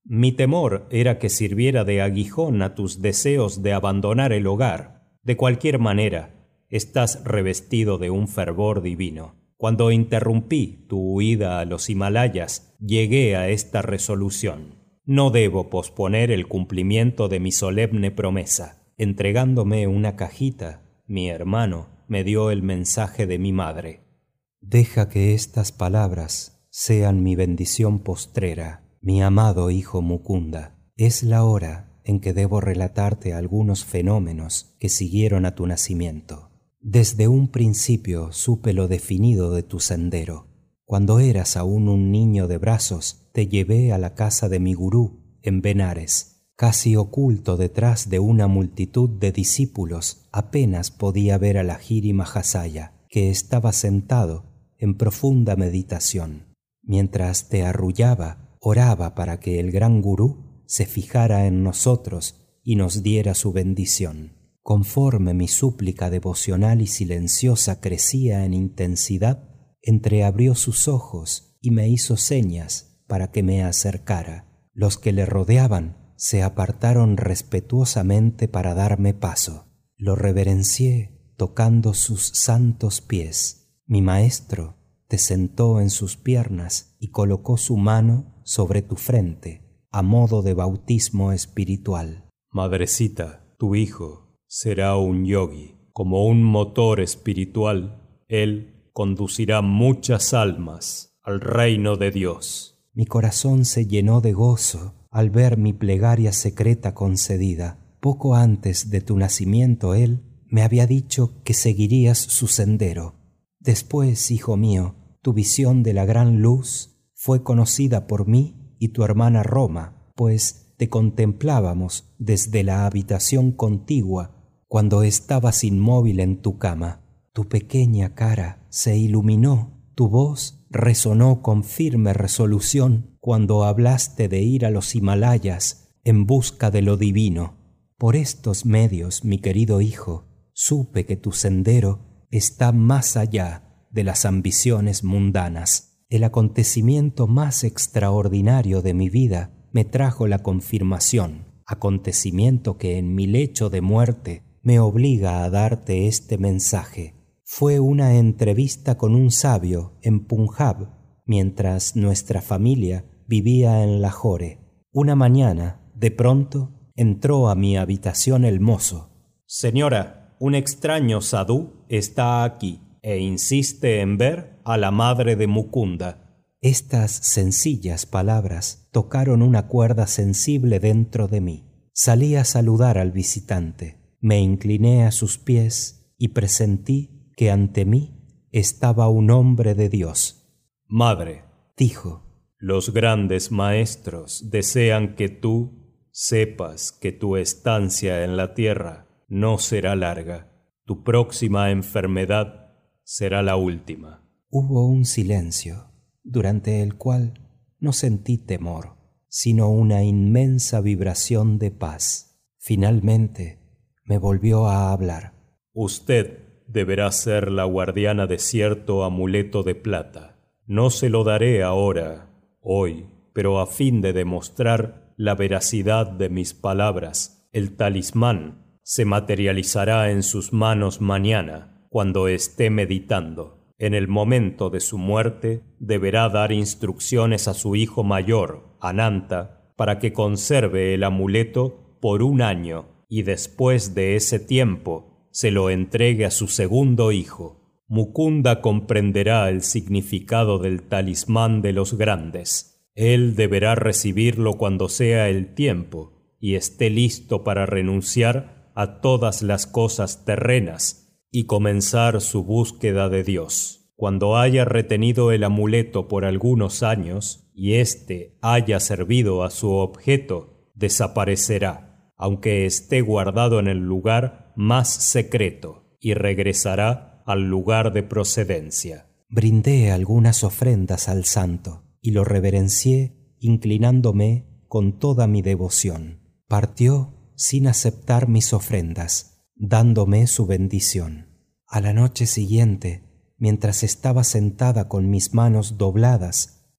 Mi temor era que sirviera de aguijón a tus deseos de abandonar el hogar. De cualquier manera, estás revestido de un fervor divino. Cuando interrumpí tu huida a los Himalayas, llegué a esta resolución. No debo posponer el cumplimiento de mi solemne promesa. Entregándome una cajita, mi hermano me dio el mensaje de mi madre. Deja que estas palabras sean mi bendición postrera, mi amado hijo Mukunda. Es la hora en que debo relatarte algunos fenómenos que siguieron a tu nacimiento. Desde un principio supe lo definido de tu sendero. Cuando eras aún un niño de brazos, te llevé a la casa de mi gurú en Benares. Casi oculto detrás de una multitud de discípulos, apenas podía ver a Lahiri Mahasaya, que estaba sentado en profunda meditación. Mientras te arrullaba, oraba para que el gran gurú se fijara en nosotros y nos diera su bendición. Conforme mi súplica devocional y silenciosa crecía en intensidad, entreabrió sus ojos y me hizo señas para que me acercara. Los que le rodeaban se apartaron respetuosamente para darme paso. Lo reverencié tocando sus santos pies. Mi maestro te sentó en sus piernas y colocó su mano sobre tu frente, a modo de bautismo espiritual. Madrecita, tu hijo será un yogi. Como un motor espiritual, él conducirá muchas almas al reino de Dios. Mi corazón se llenó de gozo al ver mi plegaria secreta concedida. Poco antes de tu nacimiento él me había dicho que seguirías su sendero. Después, hijo mío, tu visión de la gran luz fue conocida por mí y tu hermana Roma, pues te contemplábamos desde la habitación contigua cuando estabas inmóvil en tu cama. Tu pequeña cara se iluminó, tu voz resonó con firme resolución cuando hablaste de ir a los Himalayas en busca de lo divino. Por estos medios, mi querido hijo, supe que tu sendero está más allá de las ambiciones mundanas. El acontecimiento más extraordinario de mi vida me trajo la confirmación, acontecimiento que en mi lecho de muerte me obliga a darte este mensaje. Fue una entrevista con un sabio en Punjab, mientras nuestra familia vivía en Lahore. Una mañana, de pronto, entró a mi habitación el mozo. Señora, un extraño sadhú está aquí e insiste en ver a la madre de Mukunda. Estas sencillas palabras tocaron una cuerda sensible dentro de mí. Salí a saludar al visitante. Me incliné a sus pies y presentí que ante mí estaba un hombre de Dios. Madre, dijo, los grandes maestros desean que tú sepas que tu estancia en la tierra no será larga. Tu próxima enfermedad será la última. Hubo un silencio, durante el cual no sentí temor, sino una inmensa vibración de paz. Finalmente me volvió a hablar. Usted deberá ser la guardiana de cierto amuleto de plata. No se lo daré ahora, hoy, pero a fin de demostrar la veracidad de mis palabras, el talismán se materializará en sus manos mañana, cuando esté meditando. En el momento de su muerte, deberá dar instrucciones a su hijo mayor, Ananta, para que conserve el amuleto por un año y después de ese tiempo se lo entregue a su segundo hijo. Mukunda comprenderá el significado del talismán de los grandes. Él deberá recibirlo cuando sea el tiempo y esté listo para renunciar a todas las cosas terrenas y comenzar su búsqueda de Dios. Cuando haya retenido el amuleto por algunos años y éste haya servido a su objeto, desaparecerá, aunque esté guardado en el lugar más secreto, y regresará al lugar de procedencia. Brindé algunas ofrendas al santo y lo reverencié inclinándome con toda mi devoción. Partió sin aceptar mis ofrendas, dándome su bendición. A la noche siguiente, mientras estaba sentada con mis manos dobladas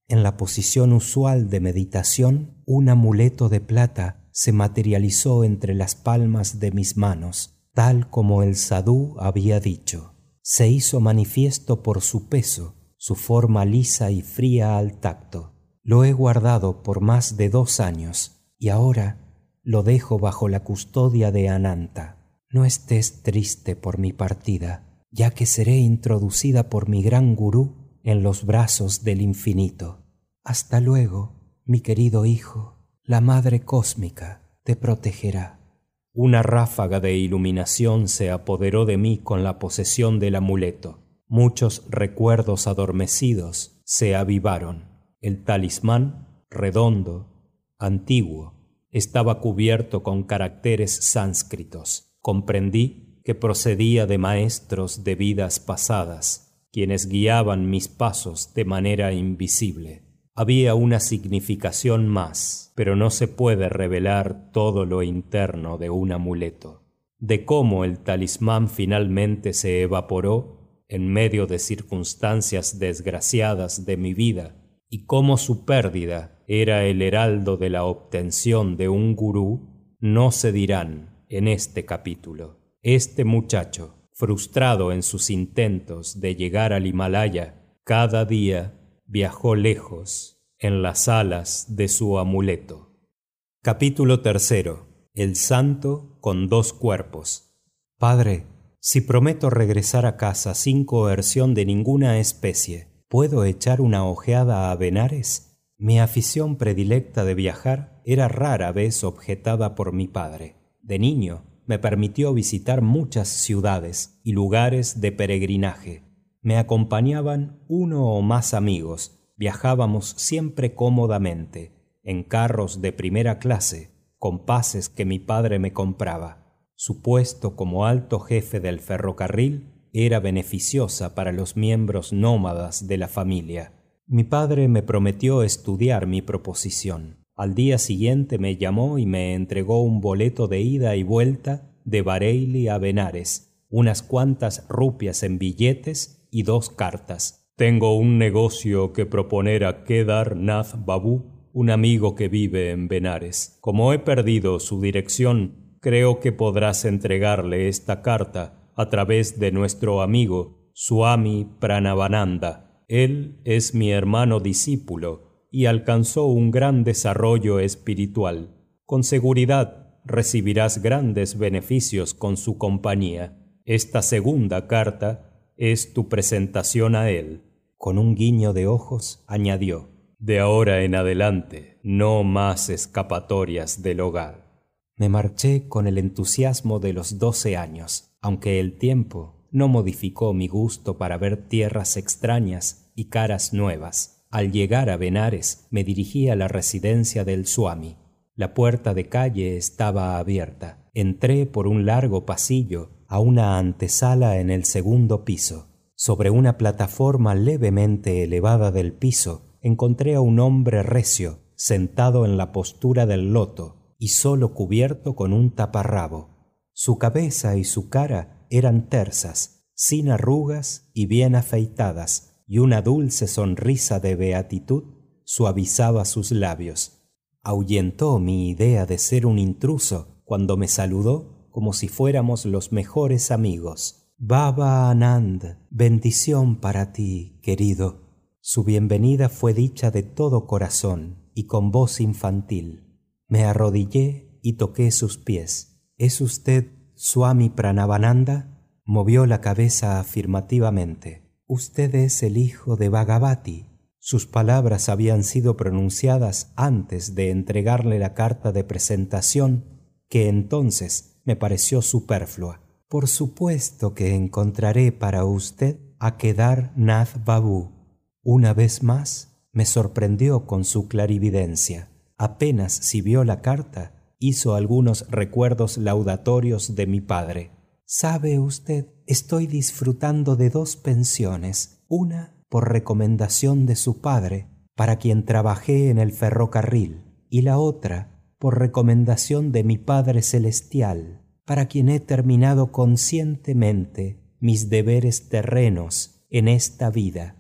En la posición usual de meditación, un amuleto de plata se materializó entre las palmas de mis manos, tal como el sadhu había dicho. Se hizo manifiesto por su peso, su forma lisa y fría al tacto. Lo he guardado por más de dos años y ahora lo dejo bajo la custodia de Ananta. No estés triste por mi partida, ya que seré introducida por mi gran gurú en los brazos del infinito. Hasta luego, mi querido hijo. La Madre Cósmica te protegerá. Una ráfaga de iluminación se apoderó de mí con la posesión del amuleto. Muchos recuerdos adormecidos se avivaron. El talismán, redondo, antiguo, estaba cubierto con caracteres sánscritos. Comprendí que procedía de maestros de vidas pasadas, quienes guiaban mis pasos de manera invisible. Había una significación más, pero no se puede revelar todo lo interno de un amuleto. De cómo el talismán finalmente se evaporó en medio de circunstancias desgraciadas de mi vida, y cómo su pérdida era el heraldo de la obtención de un gurú, no se dirán en este capítulo. Este muchacho, frustrado en sus intentos de llegar al Himalaya, cada día viajó lejos en las alas de su amuleto. Capítulo tercero. El santo con dos cuerpos. Padre, si prometo regresar a casa sin coerción de ninguna especie, ¿puedo echar una ojeada a Benares? Mi afición predilecta de viajar era rara vez objetada por mi padre. De niño me permitió visitar muchas ciudades y lugares de peregrinaje. Me acompañaban uno o más amigos. Viajábamos siempre cómodamente, en carros de primera clase, con pases que mi padre me compraba. Su puesto como alto jefe del ferrocarril era beneficiosa para los miembros nómadas de la familia. Mi padre me prometió estudiar mi proposición. Al día siguiente me llamó y me entregó un boleto de ida y vuelta de Bareilly a Benares, unas cuantas rupias en billetes y dos cartas. Tengo un negocio que proponer a Kedar Nath Babu, un amigo que vive en Benares. Como he perdido su dirección, creo que podrás entregarle esta carta a través de nuestro amigo Swami Pranavananda. Él es mi hermano discípulo y alcanzó un gran desarrollo espiritual. Con seguridad recibirás grandes beneficios con su compañía. Esta segunda carta es tu presentación a él. Con un guiño de ojos añadió: de ahora en adelante, no más escapatorias del hogar. Me marché con el entusiasmo de los doce años, aunque el tiempo no modificó mi gusto para ver tierras extrañas y caras nuevas. Al llegar a Benares, me dirigí a la residencia del Swami. La puerta de calle estaba abierta. Entré por un largo pasillo a una antesala en el segundo piso. Sobre una plataforma levemente elevada del piso, encontré a un hombre recio, sentado en la postura del loto y solo cubierto con un taparrabo. Su cabeza y su cara eran tersas, sin arrugas y bien afeitadas, y una dulce sonrisa de beatitud suavizaba sus labios. Ahuyentó mi idea de ser un intruso cuando me saludó como si fuéramos los mejores amigos. Baba Anand, bendición para ti, querido. Su bienvenida fue dicha de todo corazón y con voz infantil. Me arrodillé y toqué sus pies. ¿Es usted Swami Pranavananda? Movió la cabeza afirmativamente. Usted es el hijo de Bhagavati. Sus palabras habían sido pronunciadas antes de entregarle la carta de presentación, que entonces me pareció superflua. Por supuesto que encontraré para usted a Kedar Nath Babu. Una vez más me sorprendió con su clarividencia. Apenas si vio la carta, hizo algunos recuerdos laudatorios de mi padre. ¿Sabe usted? Estoy disfrutando de dos pensiones, una por recomendación de su padre, para quien trabajé en el ferrocarril, y la otra por recomendación de mi Padre Celestial, para quien he terminado conscientemente mis deberes terrenos en esta vida.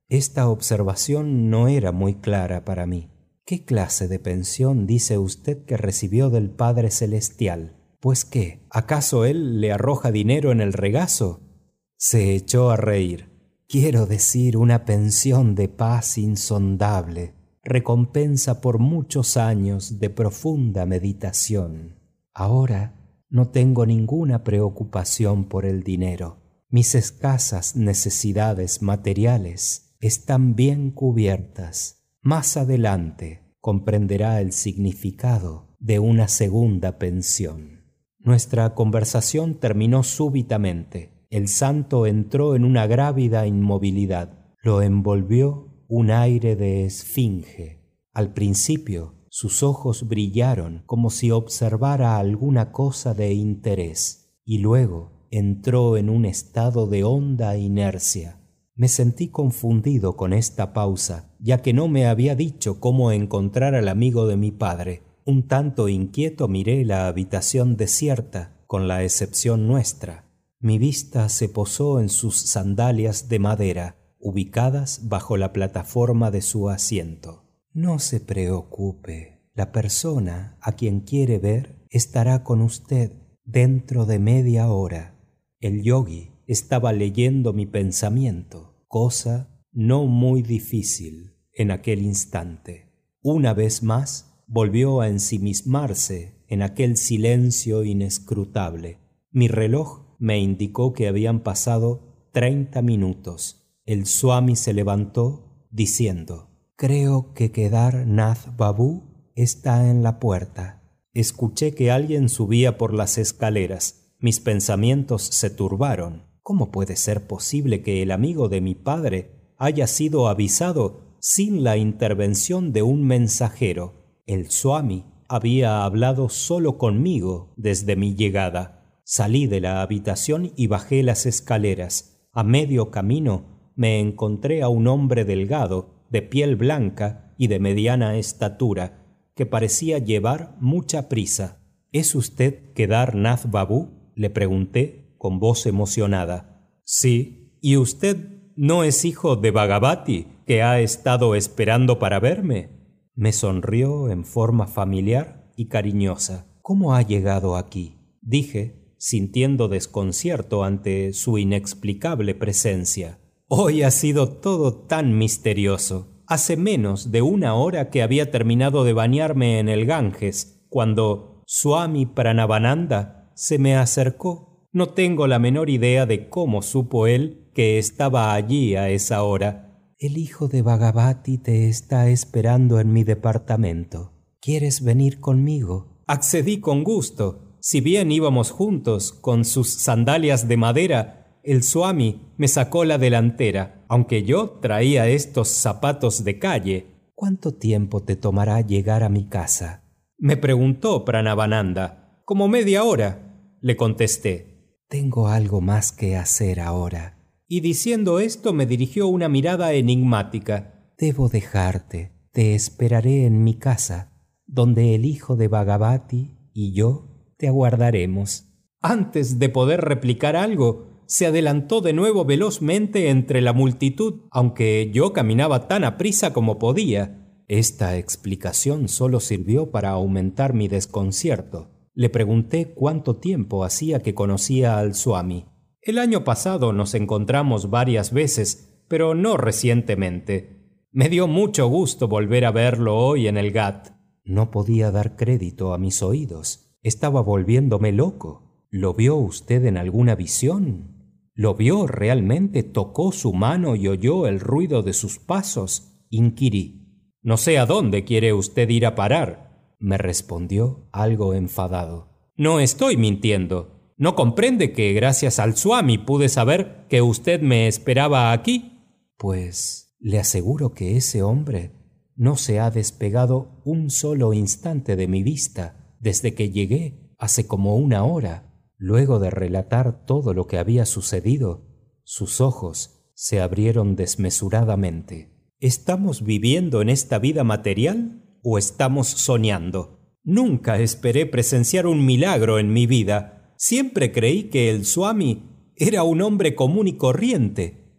Esta observación no era muy clara para mí. ¿Qué clase de pensión dice usted que recibió del Padre Celestial? ¿Pues qué? ¿Acaso él le arroja dinero en el regazo? Se echó a reír. Quiero decir, una pensión de paz insondable, recompensa por muchos años de profunda meditación. Ahora no tengo ninguna preocupación por el dinero. Mis escasas necesidades materiales están bien cubiertas. Más adelante comprenderá el significado de una segunda pensión. Nuestra conversación terminó súbitamente. El santo entró en una grávida inmovilidad. Lo envolvió un aire de esfinge. Al principio, sus ojos brillaron como si observara alguna cosa de interés, y luego entró en un estado de honda inercia. Me sentí confundido con esta pausa, ya que no me había dicho cómo encontrar al amigo de mi padre. Un tanto inquieto miré la habitación desierta, con la excepción nuestra. Mi vista se posó en sus sandalias de madera, ubicadas bajo la plataforma de su asiento. No se preocupe, la persona a quien quiere ver estará con usted dentro de media hora. El yogui estaba leyendo mi pensamiento, cosa no muy difícil en aquel instante. Una vez más volvió a ensimismarse en aquel silencio inescrutable. Mi reloj me indicó que habían pasado treinta minutos. El Swami se levantó diciendo: «Creo que Kedar Nath Babu está en la puerta». Escuché que alguien subía por las escaleras. Mis pensamientos se turbaron. ¿Cómo puede ser posible que el amigo de mi padre haya sido avisado sin la intervención de un mensajero? El Swami había hablado solo conmigo desde mi llegada. Salí de la habitación y bajé las escaleras. A medio camino me encontré a un hombre delgado, de piel blanca y de mediana estatura, que parecía llevar mucha prisa. ¿Es usted Kedar Nath Babu?, le pregunté con voz emocionada. Sí. ¿Y usted no es hijo de Bhagavati, que ha estado esperando para verme? Me sonrió en forma familiar y cariñosa. ¿Cómo ha llegado aquí?, dije, sintiendo desconcierto ante su inexplicable presencia. Hoy ha sido todo tan misterioso. Hace menos de una hora que había terminado de bañarme en el Ganges, cuando Swami Pranavananda se me acercó. No tengo la menor idea de cómo supo él que estaba allí a esa hora. El hijo de Bhagavati te está esperando en mi departamento. ¿Quieres venir conmigo? Accedí con gusto. Si bien íbamos juntos con sus sandalias de madera, el Swami me sacó la delantera, aunque yo traía estos zapatos de calle. ¿Cuánto tiempo te tomará llegar a mi casa?, me preguntó Pranavananda. Como media hora, le contesté. Tengo algo más que hacer ahora. Y diciendo esto me dirigió una mirada enigmática. Debo dejarte. Te esperaré en mi casa, donde el hijo de Bhagavati y yo te aguardaremos. Antes de poder replicar algo, se adelantó de nuevo velozmente entre la multitud, aunque yo caminaba tan aprisa como podía. Esta explicación solo sirvió para aumentar mi desconcierto. Le pregunté cuánto tiempo hacía que conocía al Swami. El año pasado nos encontramos varias veces, pero no recientemente. Me dio mucho gusto volver a verlo hoy en el Ghat. No podía dar crédito a mis oídos. Estaba volviéndome loco. ¿Lo vio usted en alguna visión? ¿Lo vio realmente? ¿Tocó su mano y oyó el ruido de sus pasos? Inquirí. No sé a dónde quiere usted ir a parar, me respondió algo enfadado. No estoy mintiendo. ¿No comprende que gracias al Swami pude saber que usted me esperaba aquí? Pues le aseguro que ese hombre no se ha despegado un solo instante de mi vista desde que llegué hace como una hora. Luego de relatar todo lo que había sucedido, sus ojos se abrieron desmesuradamente. ¿Estamos viviendo en esta vida material o estamos soñando? Nunca esperé presenciar un milagro en mi vida. Siempre creí que el Swami era un hombre común y corriente.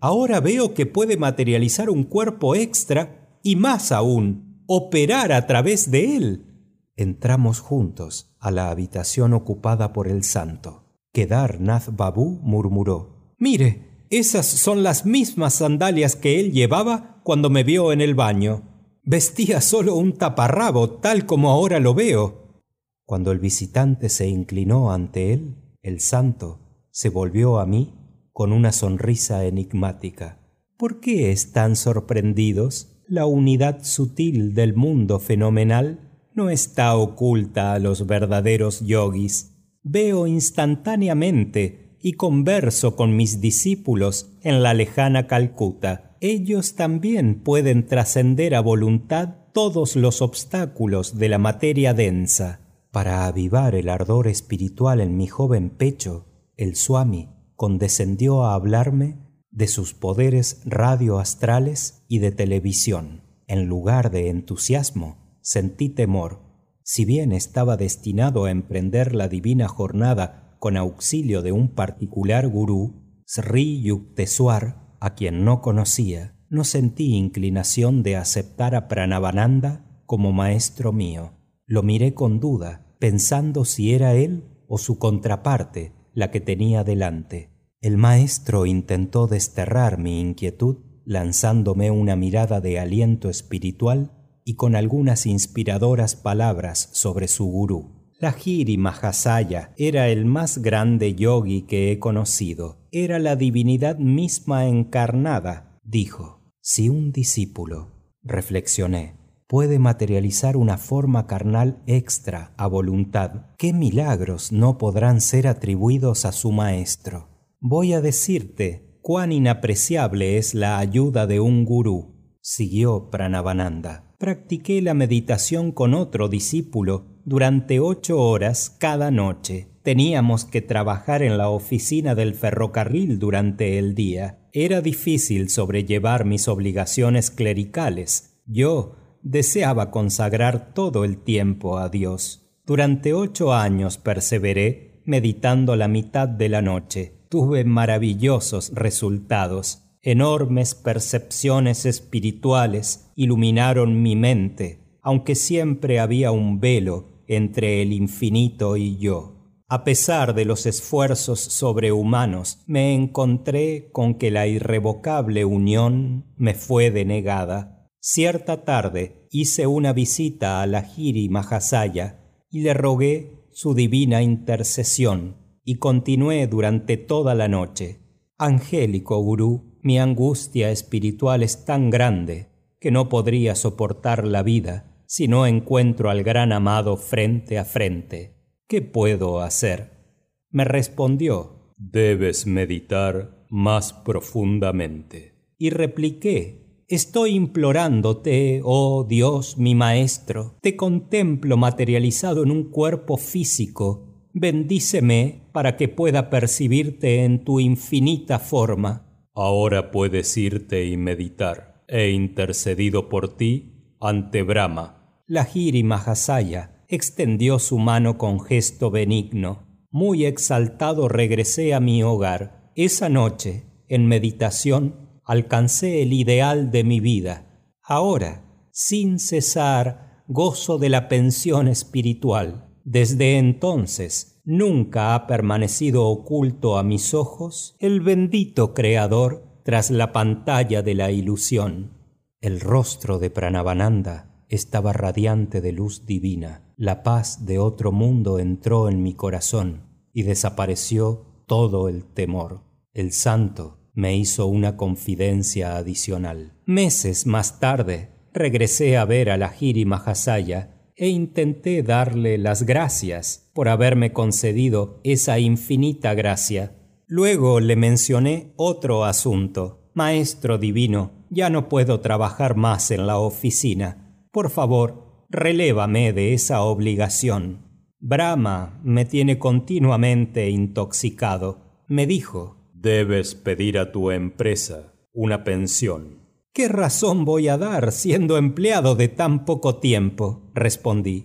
Ahora veo que puede materializar un cuerpo extra y más aún, operar a través de él. Entramos juntos a la habitación ocupada por el santo. Kedar Nath Babu murmuró: «Mire, esas son las mismas sandalias que él llevaba cuando me vio en el baño. Vestía solo un taparrabo, tal como ahora lo veo». Cuando el visitante se inclinó ante él, el santo se volvió a mí con una sonrisa enigmática. «¿Por qué están sorprendidos? La unidad sutil del mundo fenomenal no está oculta a los verdaderos yogis. Veo instantáneamente y converso con mis discípulos en la lejana Calcuta. Ellos también pueden trascender a voluntad todos los obstáculos de la materia densa». Para avivar el ardor espiritual en mi joven pecho, el Swami condescendió a hablarme de sus poderes radioastrales y de televisión. En lugar de entusiasmo, sentí temor. Si bien estaba destinado a emprender la divina jornada con auxilio de un particular gurú, Sri Yukteswar, a quien no conocía, no sentí inclinación de aceptar a Pranavananda como maestro mío. Lo miré con duda, pensando si era él o su contraparte la que tenía delante. El maestro intentó desterrar mi inquietud lanzándome una mirada de aliento espiritual y con algunas inspiradoras palabras sobre su gurú. Lahiri Mahasaya era el más grande yogi que he conocido. Era la divinidad misma encarnada, dijo. Si un discípulo, reflexioné, puede materializar una forma carnal extra a voluntad, ¿qué milagros no podrán ser atribuidos a su maestro? Voy a decirte cuán inapreciable es la ayuda de un gurú, siguió Pranavananda. Practiqué la meditación con otro discípulo durante ocho horas cada noche. Teníamos que trabajar en la oficina del ferrocarril durante el día. Era difícil sobrellevar mis obligaciones clericales. Yo deseaba consagrar todo el tiempo a Dios. Durante ocho años perseveré meditando la mitad de la noche. Tuve maravillosos resultados. Enormes percepciones espirituales iluminaron mi mente, aunque siempre había un velo entre el infinito y yo. A pesar de los esfuerzos sobrehumanos, me encontré con que la irrevocable unión me fue denegada. Cierta tarde hice una visita a Lahiri Mahasaya y le rogué su divina intercesión y continué durante toda la noche. Angélico gurú, mi angustia espiritual es tan grande que no podría soportar la vida si no encuentro al gran amado frente a frente. ¿Qué puedo hacer? Me respondió: debes meditar más profundamente. Y repliqué: estoy implorándote, oh Dios mi maestro, te contemplo materializado en un cuerpo físico. Bendíceme para que pueda percibirte en tu infinita forma. Ahora puedes irte y meditar. He intercedido por ti ante Brahma. Lahiri Mahasaya extendió su mano con gesto benigno. Muy exaltado regresé a mi hogar. Esa noche, en meditación, alcancé el ideal de mi vida. Ahora, sin cesar, gozo de la pensión espiritual. Desde entonces, nunca ha permanecido oculto a mis ojos el bendito Creador tras la pantalla de la ilusión. El rostro de Pranavananda estaba radiante de luz divina. La paz de otro mundo entró en mi corazón y desapareció todo el temor. El santo me hizo una confidencia adicional. Meses más tarde, regresé a ver a Lahiri Mahasaya e intenté darle las gracias por haberme concedido esa infinita gracia. Luego le mencioné otro asunto. Maestro divino, ya no puedo trabajar más en la oficina. Por favor, relévame de esa obligación. Brahma me tiene continuamente intoxicado. Me dijo: debes pedir a tu empresa una pensión. ¿Qué razón voy a dar siendo empleado de tan poco tiempo?, respondí.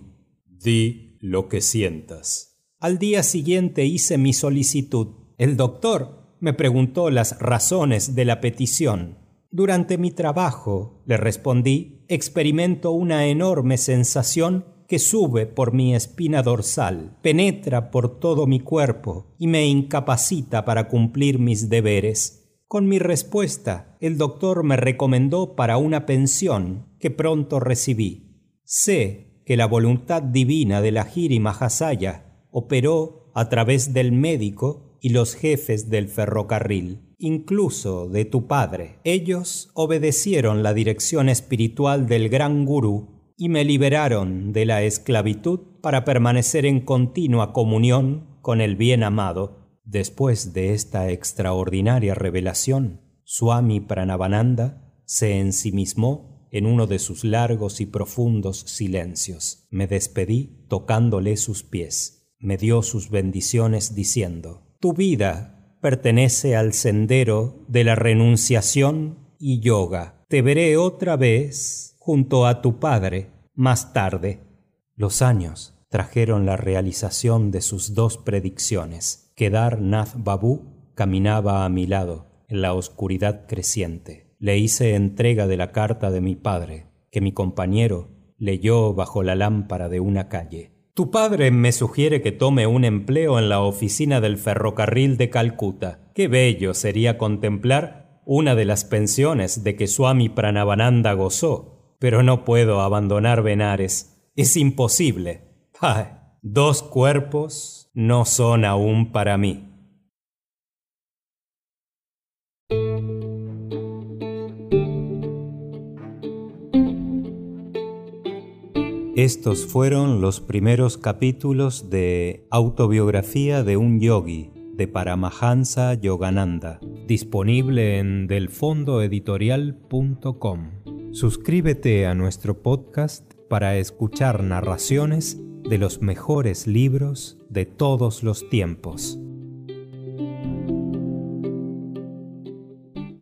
Di lo que sientas. Al día siguiente hice mi solicitud. El doctor me preguntó las razones de la petición. Durante mi trabajo, le respondí, experimento una enorme sensación que sube por mi espina dorsal, penetra por todo mi cuerpo y me incapacita para cumplir mis deberes. Con mi respuesta, el doctor me recomendó para una pensión que pronto recibí. Sé que la voluntad divina del Ajiri Mahasaya operó a través del médico y los jefes del ferrocarril, incluso de tu padre. Ellos obedecieron la dirección espiritual del gran gurú y me liberaron de la esclavitud para permanecer en continua comunión con el bien amado. Después de esta extraordinaria revelación, Swami Pranavananda se ensimismó en uno de sus largos y profundos silencios. Me despedí tocándole sus pies. Me dio sus bendiciones diciendo: tu vida pertenece al sendero de la renunciación y yoga. Te veré otra vez junto a tu padre más tarde. Los años trajeron la realización de sus dos predicciones. Kedar Nath Babu caminaba a mi lado en la oscuridad creciente. Le hice entrega de la carta de mi padre, que mi compañero leyó bajo la lámpara de una calle. Tu padre me sugiere que tome un empleo en la oficina del ferrocarril de Calcuta. Qué bello sería contemplar una de las pensiones de que Swami Pranavananda gozó, pero no puedo abandonar Benares. Es imposible. ¡Ay! Dos cuerpos no son aún para mí. Estos fueron los primeros capítulos de Autobiografía de un Yogi, de Paramahansa Yogananda, disponible en del fondo editorial punto com. Suscríbete a nuestro podcast para escuchar narraciones de los mejores libros de todos los tiempos.